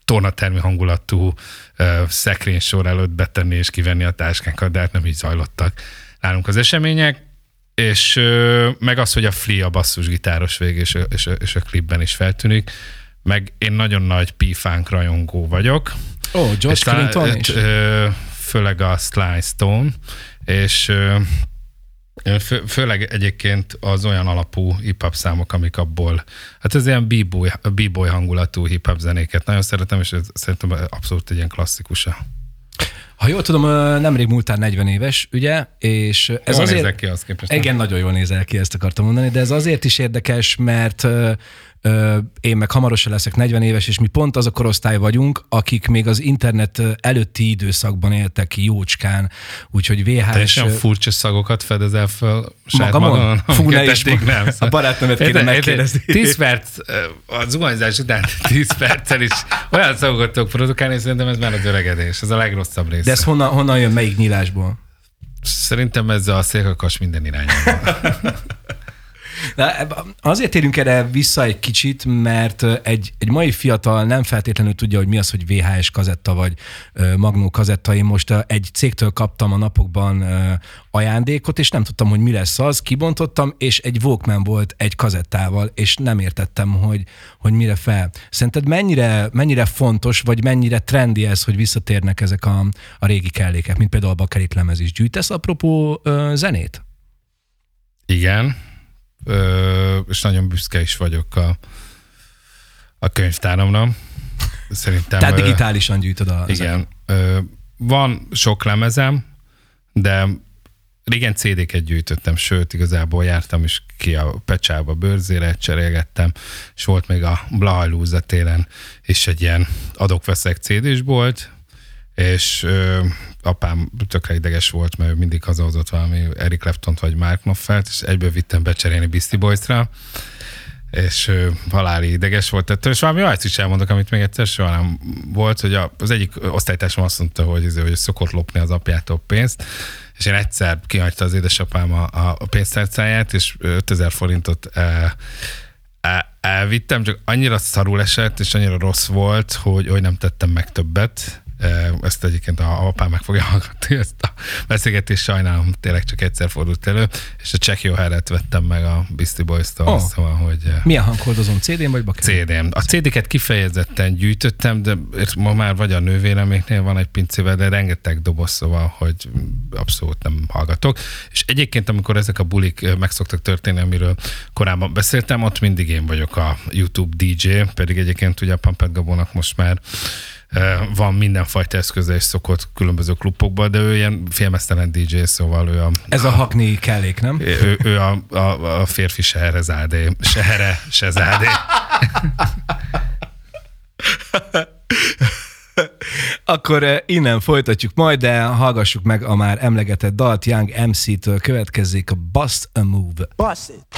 tornatermi hangulatú uh, szekrénysor előtt betenni és kivenni a táskánkat, de hát nem így zajlottak nálunk az események. És uh, meg az, hogy a Flea a basszusgitáros vég, és, és, és a klipben is feltűnik. Meg én nagyon nagy P-Funk rajongó vagyok. Ó, oh, George Clinton is? Uh, főleg a Sly Stone, és uh, fő, főleg egyébként az olyan alapú hip-hop számok, amik abból, hát ez ilyen b-boy, b-boy hangulatú hip-hop zenéket nagyon szeretem, és ez szerintem abszolút egy ilyen klasszikusa. Ha jól tudom, nemrég múltál negyven éves, ugye? És ez jól azért... nézek ki, azt képest. Igen, nagyon jól nézel ki, ezt akartam mondani, de ez azért is érdekes, mert ö, én meg hamarosan leszek negyven éves, és mi pont az a korosztály vagyunk, akik még az internet előtti időszakban éltek jócskán, úgyhogy vé há es... Teljesen furcsa szagokat fedezel fel saját magamon? magadon? Fú, ne is, nem. A barátnőmet kéne megkérdezni. tíz perc, a zuhanyzás után tíz perccel is olyan szagokat tudok produkálni, és szerintem ez már az öregedés, ez a legrosszabb része. De ez honnan, honnan jön, melyik nyílásból? Szerintem ez a szélkakas minden irányában. De azért térünk erre vissza egy kicsit, mert egy, egy mai fiatal nem feltétlenül tudja, hogy mi az, hogy vé há es kazetta vagy Magnó kazetta. Én most egy cégtől kaptam a napokban ajándékot, és nem tudtam, hogy mi lesz az, kibontottam, és egy Walkman volt egy kazettával, és nem értettem, hogy, hogy mire fel. Szerinted mennyire, mennyire fontos, vagy mennyire trendi ez, hogy visszatérnek ezek a, a régi kellékek, mint például a Bakelit lemez is. Gyűjtesz apropó zenét? Igen. Ö, és nagyon büszke is vagyok a, a könyvtáromra. Szerintem... Tehát digitálisan gyűjtöd a... Igen. Ö, van sok lemezem, de régen cé dé-ket gyűjtöttem, sőt, igazából jártam is ki a Pecsába bőrzére, cserélgettem, és volt még a Blahajlúza téren is egy ilyen adok-veszek cé dés bolt, és ö, apám tökre ideges volt, mert mindig hazahozott valami Eric Claptont vagy Mark Knopfelt, és egyből vittem becserélni Beastie Boys-ra, és ö, haláli ideges volt ettől, és valami olyat is elmondok, amit még egyszer soha nem volt, hogy a, az egyik osztálytársam azt mondta, hogy, hogy szokott lopni az apjától pénzt, és én egyszer kihagyta az édesapám a, a pénztárcáját, és ötezer forintot el, el, elvittem, csak annyira szarul esett, és annyira rossz volt, hogy, hogy nem tettem meg többet. Ezt egyébként a apám meg fogja hallgatni, ezt a beszélgetést sajnálom, tényleg csak egyszer fordult elő, és a Check Your Hair-et vettem meg a Beastie Boys-tól, oh. Szóval, hogy... Milyen hanghordozón? cé dén vagy Bakelit? cé dén. A cé déket kifejezetten gyűjtöttem, de ma már vagy a nővéreméknél van egy pincével, de rengeteg doboz, szóval, hogy abszolút nem hallgatok. És egyébként, amikor ezek a bulik meg szoktak történni, amiről korábban beszéltem, ott mindig én vagyok a YouTube dé dzsé, pedig egyébként ugye a Pampet Gabónak most már van mindenfajta eszköze, és szokott különböző klubokban, de ő ilyen filmesztelen dé dzsé, szóval ő a... Ez a hakni kellék, nem? Ő, ő a, a, a férfi Seherezádé. Sehere, Sezádé. Akkor innen folytatjuk majd, de hallgassuk meg a már emlegetett dalt Young em cé-től. Következzék a Bust a Move. Bust it.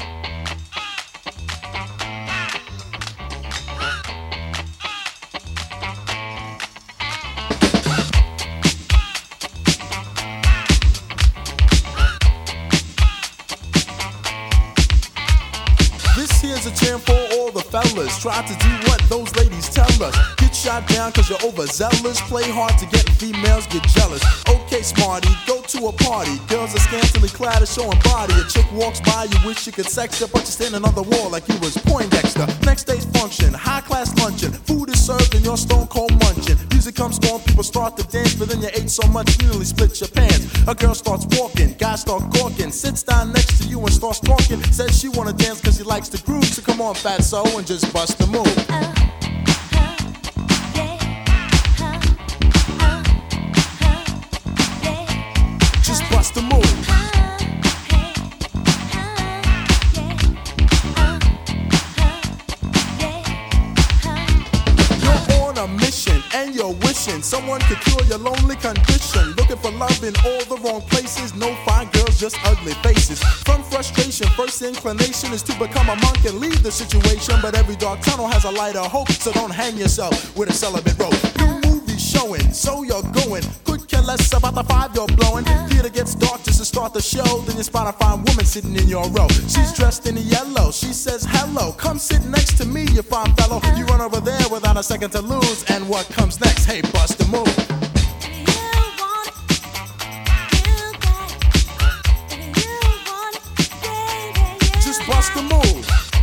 Here's a jam for all the fellas. Try to do what those ladies tell us. Get shot down cause you're overzealous. Play hard to get females, get jealous. Okay, smarty, go to a party. Girls are scantily clad and showing body. A chick walks by, you wish you could sex her, but you're standing on the wall like you was Poindexter. Next day's function, high class luncheon. Food is served and you're stone cold munching. Music comes on, people start to dance, but then you ate so much you nearly split your pants. A girl starts walking, guys start gawking. Sits down next to you and starts talking. Says she wanna dance cause she likes the groove. So come on, fatso, and just bust the move. Uh, uh, yeah. uh, uh, uh, yeah. Just bust the move. And you're wishing someone could cure your lonely condition. Looking for love in all the wrong places. No fine girls, just ugly faces. From frustration, first inclination is to become a monk and leave the situation. But every dark tunnel has a light of hope. So don't hang yourself with a celibate rope. New movies showing, so you're going. Could kill less about the five you're blowing. Theater gets dark just to start the show. Then you spot a fine woman sitting in your row. She's dressed in yellow. She says hello. Come sit next to me, you fine fellow. You run over there without a second to lose. And what comes next? Hey, bust the move. Just bust the move.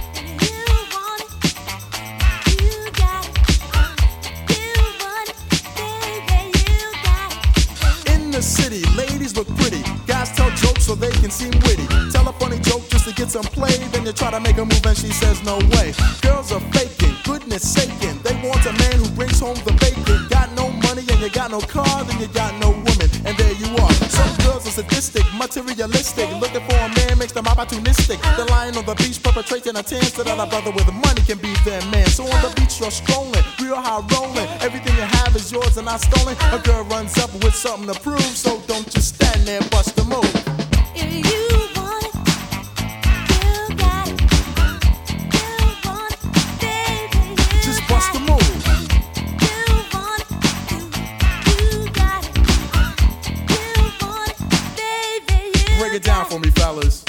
City, ladies look pretty. Guys tell jokes so they can seem witty. Tell a funny joke just to get some play. Then you try to make a move and she says no way. Girls are faking, goodness saking. They want a man who brings home the bacon. Got no money and you got no car, then you got no woman. And there you are. Some girls are sadistic, materialistic. Looking for a man makes them opportunistic. The lion on the beach perpetrating a tan so that a brother with money can be their man. So on the beach you're strolling, real high rolling. Everything you have is yours and not stolen. A girl runs up with something to prove. So don't just stand there, bust the move. If you want it, you got it. You want it, baby, you just bust the move. You want it, you, you got it. You want it, baby, you break it down for me, fellas.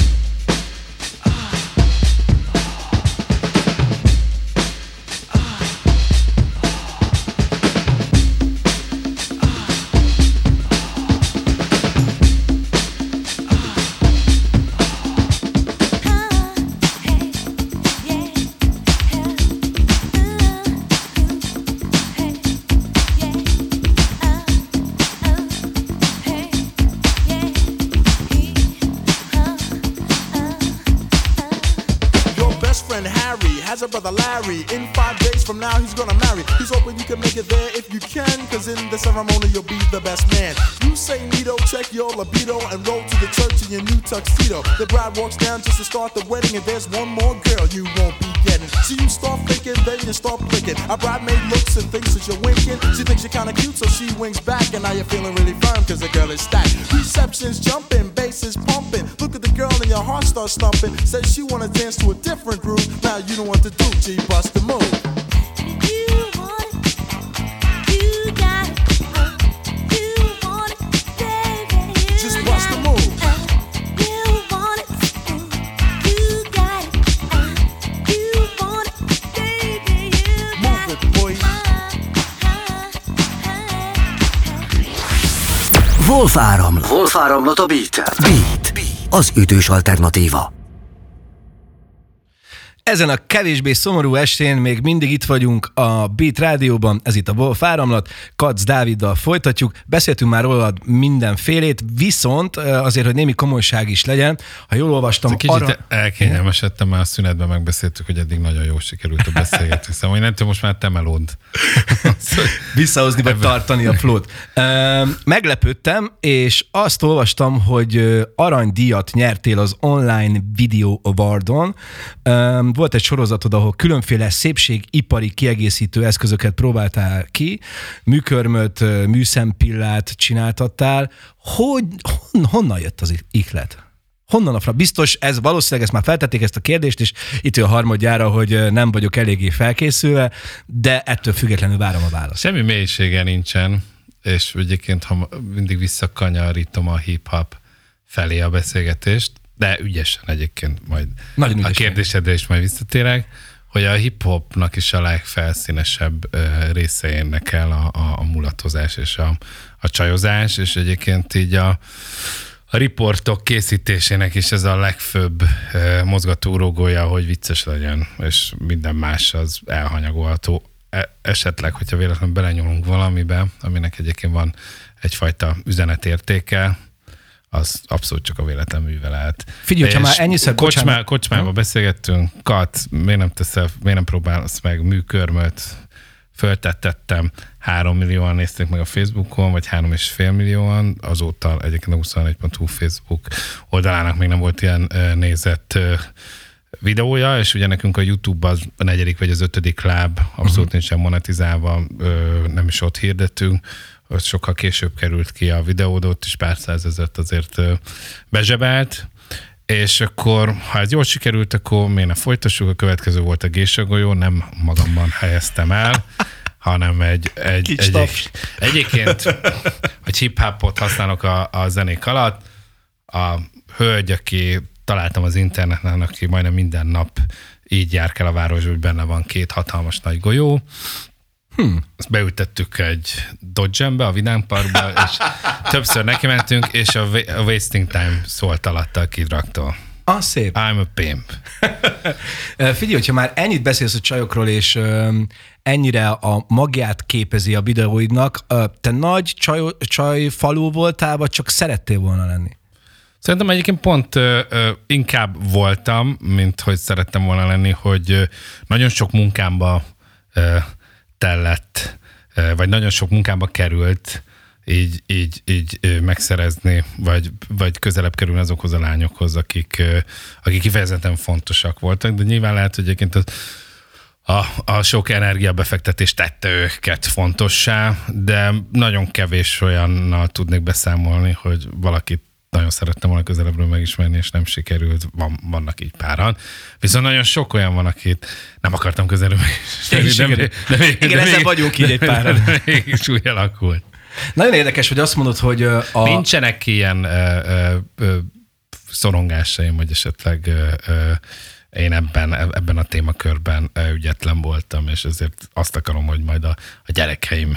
Has a brother Larry. In five days from now he's gonna marry. He's hoping you can make it there if you can, cause in the ceremony you'll be the best man. You say neato, check your libido, and roll to the church in your new tuxedo. The bride walks down just to start the wedding, and there's one more girl you won't be getting. So you start thinking, then you start flicking. A bridemaid looks and thinks that you're winking. She thinks you're kinda cute, so she winks back, and now you're feeling really firm cause the girl is stacked. Reception's jumping, bass is pumping. Look at the girl and your heart starts thumping. Says she wanna dance to a different groove. Now you know what to do, G, bust the move. You want it, you got it. You want it, baby, you just bust the move. You want it, you got it. You want it, baby, you got it. Move it, boy. Wolf áramlat. Wolf áramlat a Beat-en. Beat. Az ütős alternatíva. Ezen a kevésbé szomorú estén még mindig itt vagyunk a Beat Rádióban, ez itt a Wolf áramlat, Kac Dáviddal folytatjuk, beszéltünk már rólad mindenfélét, viszont azért, hogy némi komolyság is legyen, ha jól olvastam... Kicsit arra... elkényelmesedtem, már a szünetben megbeszéltük, hogy eddig nagyon jól sikerült a beszélgetés, szóval nem tudom, most már te melód. Visszahozni vagy tartani a flót. Meglepődtem, és azt olvastam, hogy aranydíjat nyertél az Online Video Awardon. Volt egy sorozatod, ahol különféle szépségipari kiegészítő eszközöket próbáltál ki, műkörmöt, műszempillát csináltattál. Hogy, hon, honnan jött az ihlet? Honnan a fra? Biztos, ez valószínűleg ezt már feltették ezt a kérdést, és itt a harmadjára, hogy nem vagyok eléggé felkészülve, de ettől függetlenül várom a választ. Semmi mélysége nincsen, és egyébként ha mindig visszakanyarítom a hip-hop felé a beszélgetést, de ügyesen egyébként majd nagyon ügyesen. A kérdésedre is majd visszatérek, hogy a hip-hopnak is a legfelszínesebb része érdekel a, a, a mulatozás és a, a csajozás, és egyébként így a, a riportok készítésének is ez a legfőbb mozgatórugója, hogy vicces legyen, és minden más az elhanyagolható. Esetleg, hogyha véletlenül belenyúlunk valamibe, aminek egyébként van egyfajta üzenetértéke, az abszolút csak a véletlen művelet. Figyelj, ha már ennyiszer... Kocsmá, kocsmában beszélgettünk, Kat, miért nem teszel, miért nem próbálsz meg műkörmöt? Föltettettem, három millióan nézték meg a Facebookon, vagy három és fél millióan, azóta egyébként a huszonegy pont hu Facebook oldalának még nem volt ilyen nézett videója, és ugye nekünk a YouTube az a negyedik vagy az ötödik láb, abszolút uh-huh. nincsen monetizálva, nem is ott hirdetünk, ott sokkal később került ki a videód, ott is pár százezret azért bezsebelt, és akkor, ha ez jól sikerült, akkor miért ne folytassuk, a következő volt a Gésa golyó, nem magamban helyeztem el, hanem egy, egy, egy, egy egyébként, hogy hip-hopot használok a, a zenék alatt. A hölgy, aki találtam az interneten, aki majdnem minden nap így jár kell a városba, hogy benne van két hatalmas nagy golyó. Hmm. Azt beültettük egy Dodge-be, a Vidám Parkba, és többször neki mentünk, és a, a Wasting Time szólt alatta a Kid Rocktól. Ah, szép. I'm a pimp. Figyelj, hogyha már ennyit beszélsz a csajokról, és um, ennyire a magját képezi a videóidnak, uh, te nagy csaj, csaj falú voltál, vagy csak szerettél volna lenni? Szerintem egyébként pont ö, ö, inkább voltam, mint hogy szerettem volna lenni, hogy ö, nagyon sok munkámba ö, tellett, ö, vagy nagyon sok munkámba került így, így, így ö, megszerezni, vagy, vagy közelebb kerülni azokhoz a lányokhoz, akik, ö, akik kifejezetten fontosak voltak, de nyilván lehet, hogy egyébként az, a, a sok energiabefektetés tette őket fontossá, de nagyon kevés olyannal tudnék beszámolni, hogy valakit nagyon szerettem volna közelebbről megismerni, és nem sikerült, van, vannak így páran. Viszont nagyon sok olyan van, akit nem akartam közelebb megismerni. De, de, de, igen, ezzel vagyunk így egy páran. Mégis úgy alakult. Nagyon érdekes, hogy azt mondod, hogy a... Nincsenek ilyen ö, ö, ö, szorongásaim, hogy esetleg ö, ö, én ebben, ebben a témakörben ügyetlen voltam, és ezért azt akarom, hogy majd a, a gyerekeim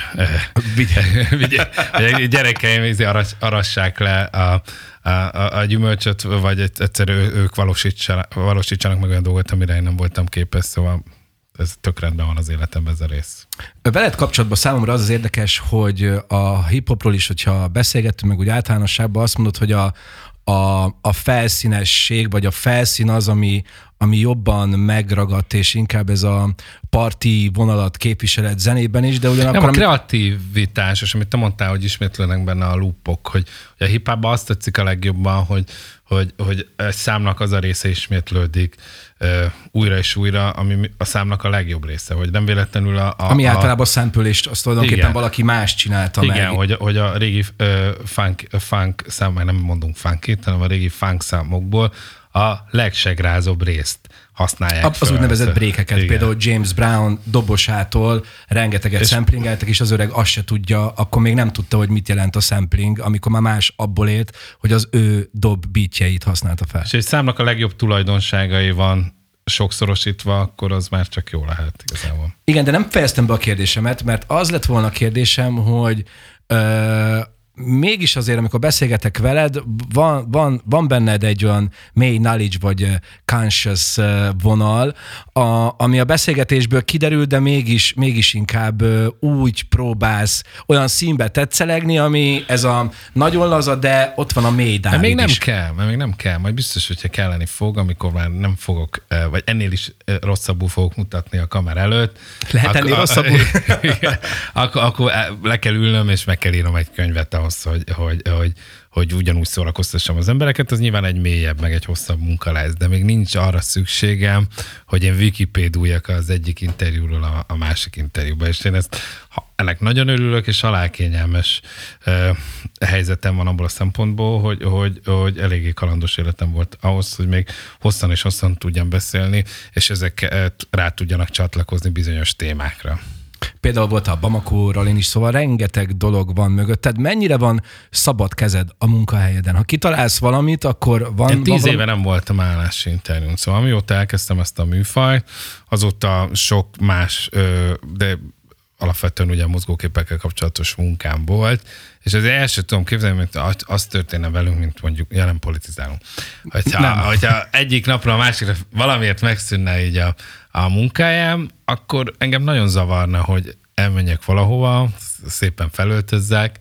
a gyerekeim aras, arassák le a, a, a gyümölcsöt, vagy egyszerűen ők valósítsanak, valósítsanak meg olyan dolgot, amire én nem voltam képes, szóval ez tök rendben van az életemben ez a rész. Veled kapcsolatban számomra az az érdekes, hogy a hip-hopról is, hogyha beszélgettünk meg úgy általánosságban, azt mondod, hogy a, a, a felszínesség, vagy a felszín az, ami, ami jobban megragadt, és inkább ez a parti vonalat képviseled zenében is, de ugyanakkor... Nem, a kreativitás, és amit te mondtál, hogy ismétlődnek benne a loopok, hogy, hogy a hip-hopban azt tetszik a legjobban, hogy, hogy, hogy egy számnak az a része ismétlődik uh, újra és újra, ami a számnak a legjobb része, hogy nem véletlenül a... a ami a, általában a szempölést, azt tulajdonképpen igen, valaki más csinálta igen, meg. Igen, hogy, hogy a régi uh, funk, funk szám, már nem mondunk funkit, hanem a régi funk számokból a legsegrázóbb részt használják Az fel. úgynevezett brékeket, igen. Például James Brown dobosától rengeteget és szemplingeltek, és az öreg azt se tudja, akkor még nem tudta, hogy mit jelent a sampling, amikor már más abból élt, hogy az ő dob beatjeit használta fel. És egy számnak a legjobb tulajdonságai van sokszorosítva, akkor az már csak jó lehet igazából. Igen, de nem fejeztem be a kérdésemet, mert az lett volna a kérdésem, hogy ö, mégis azért, amikor beszélgetek veled, van, van, van benned egy olyan mély knowledge vagy conscious vonal, a, ami a beszélgetésből kiderül, de mégis, mégis inkább úgy próbálsz olyan színbe tetszelegni, ami ez a nagyon laza, de ott van a mély Dávid még nem is. kell, mert még nem kell. Majd biztos, hogyha kelleni fog, amikor már nem fogok, vagy ennél is rosszabbul fogok mutatni a kamera előtt. Lehet ennél rosszabbul? akkor, akkor le kell ülnöm, és meg kell írnom egy könyvet ahhoz, hogy, hogy, hogy, hogy ugyanúgy szórakoztassam az embereket, az nyilván egy mélyebb, meg egy hosszabb munka lesz, de még nincs arra szükségem, hogy én wikipéduljak az egyik interjúról a, a másik interjúba, és én ezt, ha, ennek nagyon örülök, és halálkényelmes uh, helyzetem van abból a szempontból, hogy, hogy, hogy eléggé kalandos életem volt ahhoz, hogy még hosszan és hosszan tudjam beszélni, és ezek rá tudjanak csatlakozni bizonyos témákra. Például volt a Bamako rallin is, szóval rengeteg dolog van mögötted. Mennyire van szabad kezed a munkahelyeden? Ha kitalálsz valamit, akkor van... Én tíz van éve nem voltam állási interjún, szóval amióta elkezdtem ezt a műfajt, azóta sok más, de alapvetően ugye a mozgóképekkel kapcsolatos munkám volt, és az első tudom képzelni, hogy az történne velünk, mint mondjuk jelen politizálunk. Hogyha, hogyha egyik napra a másikra valamiért megszűnne így a, a munkájám, akkor engem nagyon zavarna, hogy elmenjek valahova, szépen felöltözzek,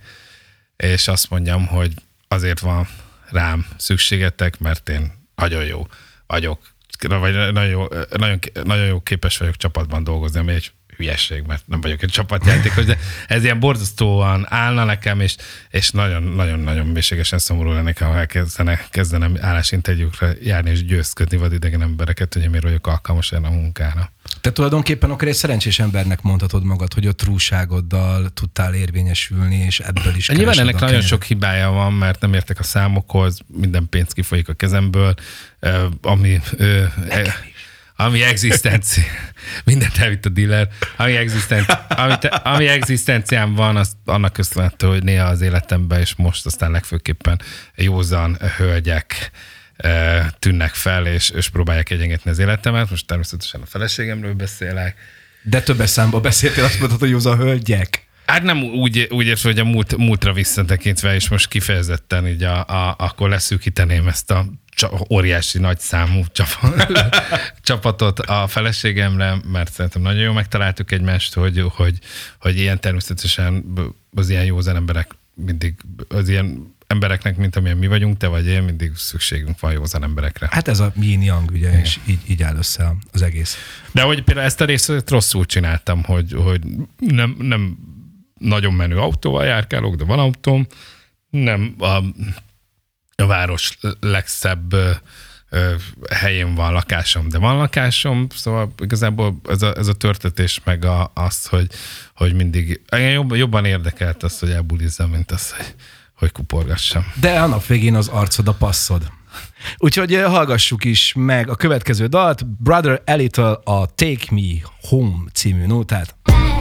és azt mondjam, hogy azért van rám szükségetek, mert én nagyon jó vagyok, vagy nagyon jó, nagyon, nagyon jó képes vagyok csapatban dolgozni, ami egy hülyesség, mert nem vagyok egy csapatjátékos, de ez ilyen borzasztóan állna nekem, és, és nagyon-nagyon-nagyon mélységesen szomorú lennék, ha elkezdene, kezdenem állásinterjúkra járni és győzködni vadidegen embereket, hogy én miért vagyok alkalmas erre a munkára. Te tulajdonképpen akkor egy szerencsés embernek mondhatod magad, hogy a trúságoddal tudtál érvényesülni, és ebből is nyilván ennek nagyon kenyeret. Sok hibája van, mert nem értek a számokhoz, minden pénz kifolyik a kezemből, ami... ami egzisztenci, mindent elvitt a dealer, ami, egzisztenci, ami, te, ami egzisztenciám van, az annak köszönhető, hogy néha az életemben, és most aztán legfőképpen józan hölgyek e, tűnnek fel, és, és próbálják egyengetni az életemet. Most természetesen a feleségemről beszélek. De többes számban beszéltél, azt mondtad, hogy józan hölgyek. Hát nem úgy, úgy értem, hogy a múlt, múltra visszatekintve, és most kifejezetten így a, a, akkor leszűkíteném ezt a óriási nagy számú csapatot a feleségemre, mert szerintem nagyon jól megtaláltuk egymást, hogy, hogy, hogy ilyen természetesen az ilyen józan emberek mindig, az ilyen embereknek, mint amilyen mi vagyunk, te vagy én, mindig szükségünk van józan emberekre. Hát ez a yin-yang, ugye, igen. És így, így áll össze az egész. De hogy például ezt a részt rosszul csináltam, hogy, hogy nem, nem nagyon menő autóval járkálok, de van autóm, nem a, a város legszebb ö, ö, helyén van lakásom, de van lakásom, szóval igazából ez a, ez a törtetés meg a, az, hogy, hogy mindig jobban, jobban érdekelt az, hogy elbulizzam, mint az, hogy, hogy kuporgassam. De a nap végén az arcod a passzod. Úgyhogy hallgassuk is meg a következő dalt, Brother Elitől a Take Me Home című nótát.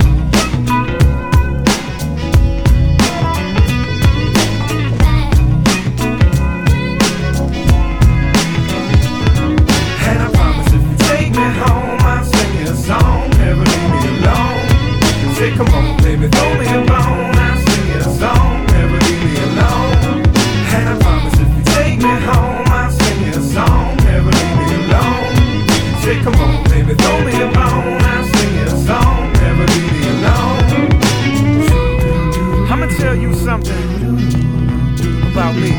Say, come on, baby, throw me a bone. I'll sing you a song, never leave me alone. And I promise if you take me home, I'll sing you a song, never leave me alone. Say, come on, baby, throw me a bone. I'll sing you a song, never leave me alone. I'ma tell you something about me.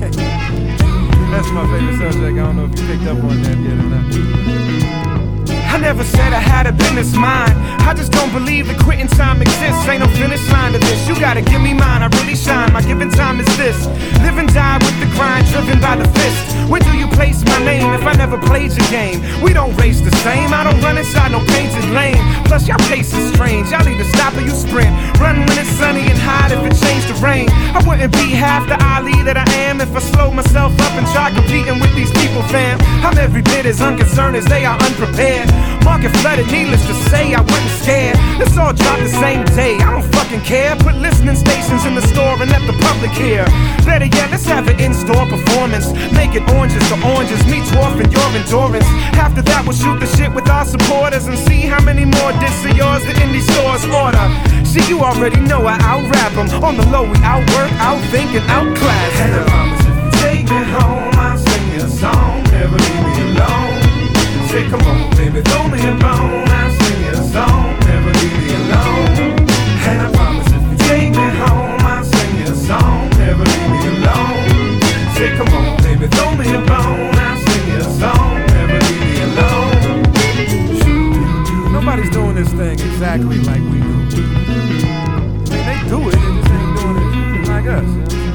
That's my favorite subject. I don't know if you picked up on that yet or not. I never said I had a business mind. I just don't believe that quitting time exists. Ain't no finish line to this. You gotta give me mine. I really shine. My given time is this. Live and die with the grind, driven by the fist. Where do you place my name if I never played your game? We don't race the same. I don't run inside no painted lane. Plus y'all pace is strange. Y'all either stop or you sprint. Run when it's sunny and hot if it changed the rain. I wouldn't be half the Ali that I am if I slowed myself up and tried competing with these people, fam. I'm every bit as unconcerned as they are unprepared. Market flooded, needless to say, I wasn't scared. Let's all drop the same day, I don't fucking care. Put listening stations in the store and let the public hear. Better yet, let's have an in-store performance. Make it oranges to oranges, me dwarfing your endurance. After that, we'll shoot the shit with our supporters and see how many more discs of yours the indie stores order. See, you already know I out-rap them. On the low, we outwork, outthink, and outclass them. And I promise if you take me home, I'll sing you a song, never leave me alone. Say, come on, baby, throw me a bone. I'll sing you a song, never leave me alone. And I promise if you take me home, I'll sing you a song, never leave me alone. Say, come on, baby, throw me a bone. I'll sing you a song, never leave me alone. Nobody's doing this thing exactly like we do. I mean, they do it, they just ain't doing it like us.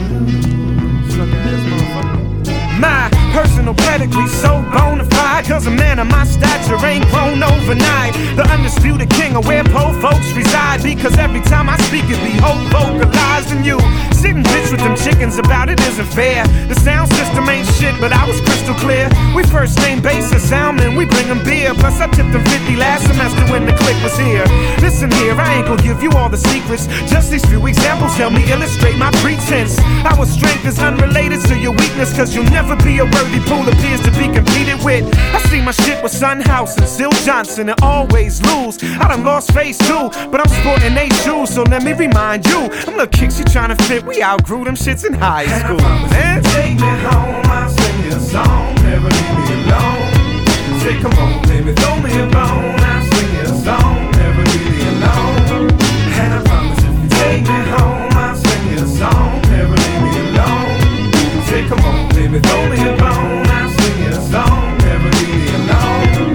Sucker ass motherfucker. My personal pedigree so bona fide, cause a man of my stature ain't grown overnight. The undisputed king of where po folks reside, because every time I speak it be hope vocalized in you. Sitting bitch with them chickens about it isn't fair. The sound system ain't shit, but I was crystal clear. We first name basis soundman, we bring them beer. Plus I tipped them fifty last semester when the click was here. Listen here, I ain't gonna give you all the secrets. Just these few examples help me illustrate my pretense. Our strength is unrelated to your weakness, cause you'll never be a worthy pool appears to be competed with. I see my shit with Son House and Sil Johnson and always lose. I done lost face too, but I'm sporting they shoes, so let me remind you, them little kicks you tryna fit, we outgrew them shits in high school. Man, take me home, I'll sing you a song, never leave me alone. Say, come on, baby, throw me a bone. I'll sing you a song, never leave me alone. And I promise if you take me home, I'll sing you a song, never leave me alone. Say, come on, baby, throw me a bone. I'll sing you a song, never leave me alone.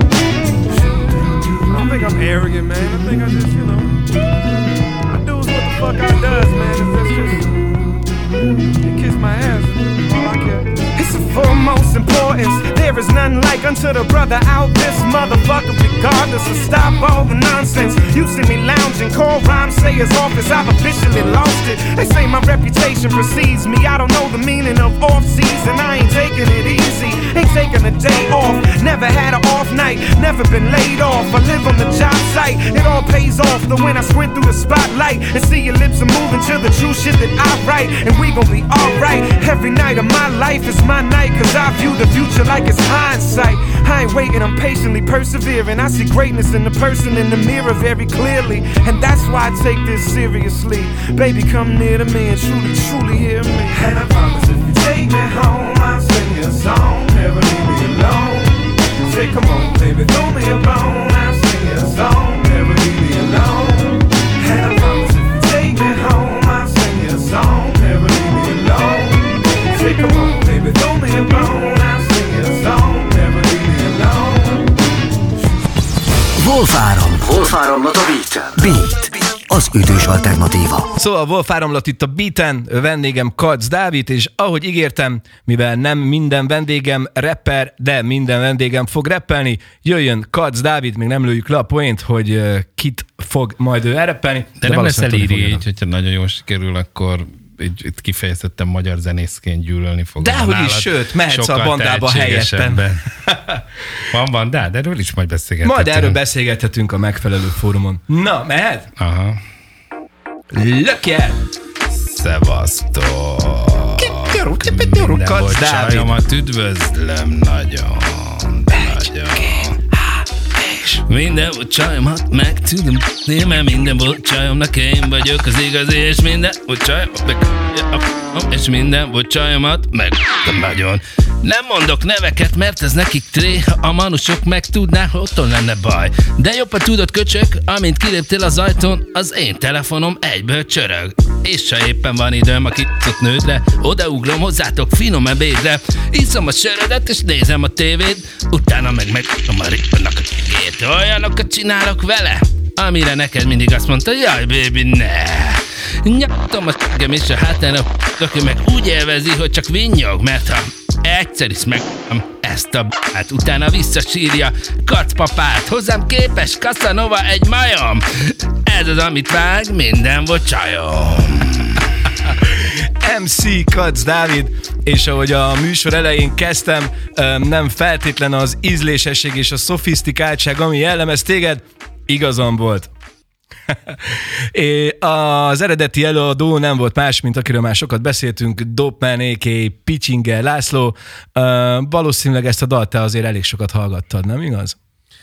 I don't think I'm arrogant, man. I think I just, you know, I do what the fuck I does, man. That's just, you kiss my ass, all I care. It's of foremost importance. There is none like unto the brother out this motherfucker, regardless of stop all the nonsense. You see me lounging, call rhyme sayers office, I've officially lost it. They say my reputation precedes me. I don't know the meaning of off season. I ain't taking it easy, ain't taking a day off. Never had an off night. Never been laid off, I live on the job site. It all pays off the when I squint through the spotlight and see your lips are moving to the true shit that I write. And we gon' be alright. Every night of my life is my night, cause I view the future like it's hindsight. I ain't waiting, I'm patiently persevering. I see greatness in the person in the mirror very clearly, and that's why I take this seriously. Baby, come near to me and truly, truly hear me. And I promise if you take me home, I'll sing you a song, never leave me alone. Say, come on, baby, throw me a bone, I'll sing you a song, never leave me alone. And I promise if you take me home, I'll sing you a song, never leave me alone. Say, come on, baby, throw me a bone, I'll sing you a song, never leave me alone. Wolf Áram, Wolf Áramlat a Beat. Beat, az ütős alternatíva. Szóval Wolf Áramlat itt a Beaten, vendégem Kac Dávid, és ahogy ígértem, mivel nem minden vendégem rapper, de minden vendégem fog rappelni, jöjjön Kac Dávid, még nem lőjük le a poént, hogy uh, kit fog majd ő elreppelni. De, de nem lesz elíri így, hogyha nagyon jól sikerül, akkor így, itt kifejezetten magyar zenészként gyűlölni fogom. Dehogy is, sőt, mehetsz a bandába helyettem. Van bandá, de erről is majd beszélgethetünk. Majd erről beszélgethetünk a megfelelő fórumon. Na, mehet? Aha. Lökje! Szevasztok! Minden bocsájomat üdvözlöm nagyon, nagyon. Minden bocsájomat meg tudom, mert minden bocsajomnak én vagyok az igazi, és minden bocsájomat meg, és minden bocsájomat meg nagyon. Nem mondok neveket, mert ez nekik tré, ha a manusok meg tudnák, otthon lenne baj. De jobb, ha tudod, köcsök, amint kiléptél az ajtón, az én telefonom egyből csörög. És ha éppen van időm a kicsit nődre, odauglom hozzátok finom ebédre. Iszom a sörödet és nézem a tévét, utána meg megkapom a rippanak a gét. Olyanokat csinálok vele, amire neked mindig azt mondta, jaj, baby, ne. Nyaktom a s**gem és a hátára, aki meg úgy élvezi, hogy csak vinnyog, mert ha egyszer is megkapom ezt a b***t, utána visszasírja Kac papát, hozzám képes Casanova egy majom. Ez az, amit vág, minden volt csajom. em cé Kac Dávid, és ahogy a műsor elején kezdtem, nem feltétlen az ízlésesség és a szofisztikáltság, ami jellemez téged, igazam volt. Az eredeti előadó nem volt más, mint akiről már sokat beszéltünk, Dopeman, á ká á. Picsinger László. Valószínűleg ezt a dalt te azért elég sokat hallgattad, nem igaz?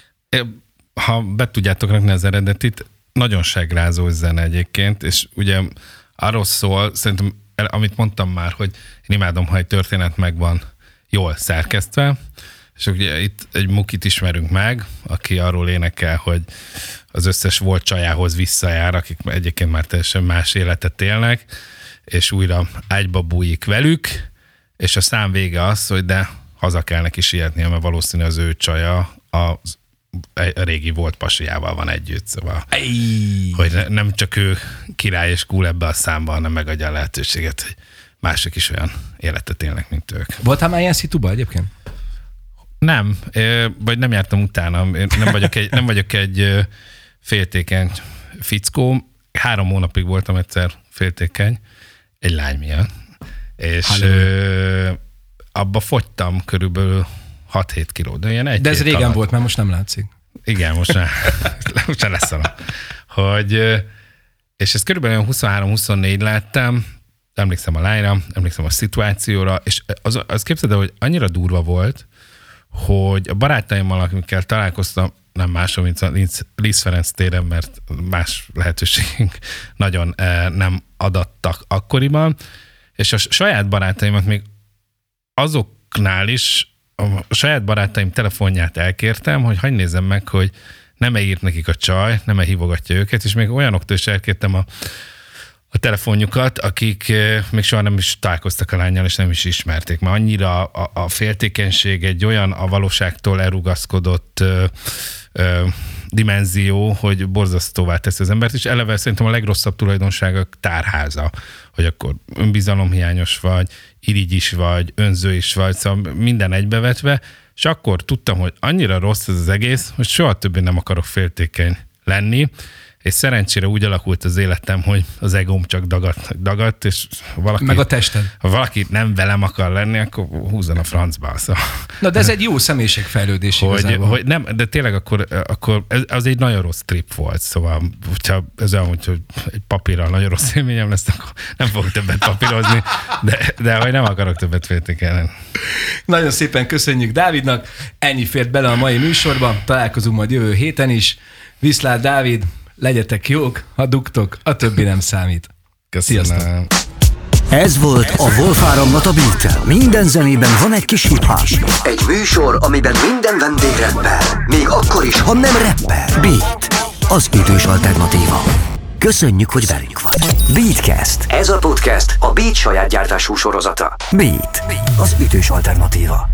Ha be tudjátok rakni az eredetit, nagyon segrázó zene egyébként, és ugye arról szól, szerintem, amit mondtam már, hogy én imádom, ha egy történet meg van jól szerkesztve, és ugye itt egy mukit ismerünk meg, aki arról énekel, hogy az összes volt csajához visszajár, akik egyébként már teljesen más életet élnek, és újra ágyba bújik velük, és a szám vége az, hogy de haza kell neki sietnie, mert valószínű az ő csaja az a régi volt pasiával van együtt, szóval Ej. hogy nem csak ő király és cool ebbe a számba, hanem megadja a lehetőséget, hogy mások is olyan életet élnek, mint ők. Voltál már ilyen szituba egyébként? Nem, vagy nem jártam utána. Én nem vagyok egy, nem vagyok egy féltékeny fickó. Három hónapig voltam egyszer féltékeny, egy lány miatt. És ö, abba fogytam körülbelül hat-hét kiló. De, ilyen egy de ez régen alatt. volt, mert most nem látszik. Igen, most nem. Most nem lesz a... Hogy, és ezt körülbelül huszonhárom-huszonnégy láttam, emlékszem a lányra, emlékszem a szituációra, és az, az képzeld el, hogy annyira durva volt, hogy a barátaimmal, akikkel találkoztam, nem máshol, mint a Liszt Ferenc téren, mert más lehetőségünk nagyon eh, nem adattak akkoriban, és a saját barátaimat még azoknál is, a saját barátaim telefonját elkértem, hogy hadd nézzem meg, hogy nem-e írt nekik a csaj, nem-e hívogatja őket, és még olyanoktól is elkértem a a telefonjukat, akik még soha nem is találkoztak a lánnyal, és nem is ismerték, mert annyira a, a féltékenység egy olyan a valóságtól elrugaszkodott ö, ö, dimenzió, hogy borzasztóvá teszi az embert, és eleve szerintem a legrosszabb tulajdonság a tárháza, hogy akkor önbizalomhiányos vagy, irigy is vagy, önző is vagy, szóval minden egybevetve, és akkor tudtam, hogy annyira rossz ez az egész, hogy soha többé nem akarok féltékeny lenni, És szerencsére úgy alakult az életem, hogy az egóm csak dagadt, dagadt és valaki, Meg a tested. ha valaki nem velem akar lenni, akkor húzzon a francba. Szóval, Na, de ez egy jó személyiségfejlődés hogy, igazából. hogy nem, de tényleg akkor, akkor ez, az egy nagyon rossz trip volt, szóval hogyha ez olyan, hogy egy papírral nagyon rossz élményem lesz, akkor nem fogok többet papírozni, de, de hogy nem akarok többet féltékelni. Nagyon szépen köszönjük Dávidnak, ennyi fért bele a mai műsorba, találkozunk majd jövő héten is. Viszlát Dávid, legyetek jók, ha dugtok, a többi nem számít. Köszönöm. Sziasztok. Ez volt a Wolfáramlat a Beat. Minden zenében van egy kis hip-hop. Egy műsor, amiben minden vendég rappel. Még akkor is, ha nem rappel. Beat, az ütős alternatíva. Köszönjük, hogy velünk vagy. Beatcast. Ez a podcast a Beat saját gyártású sorozata. Beat, az ütős alternatíva.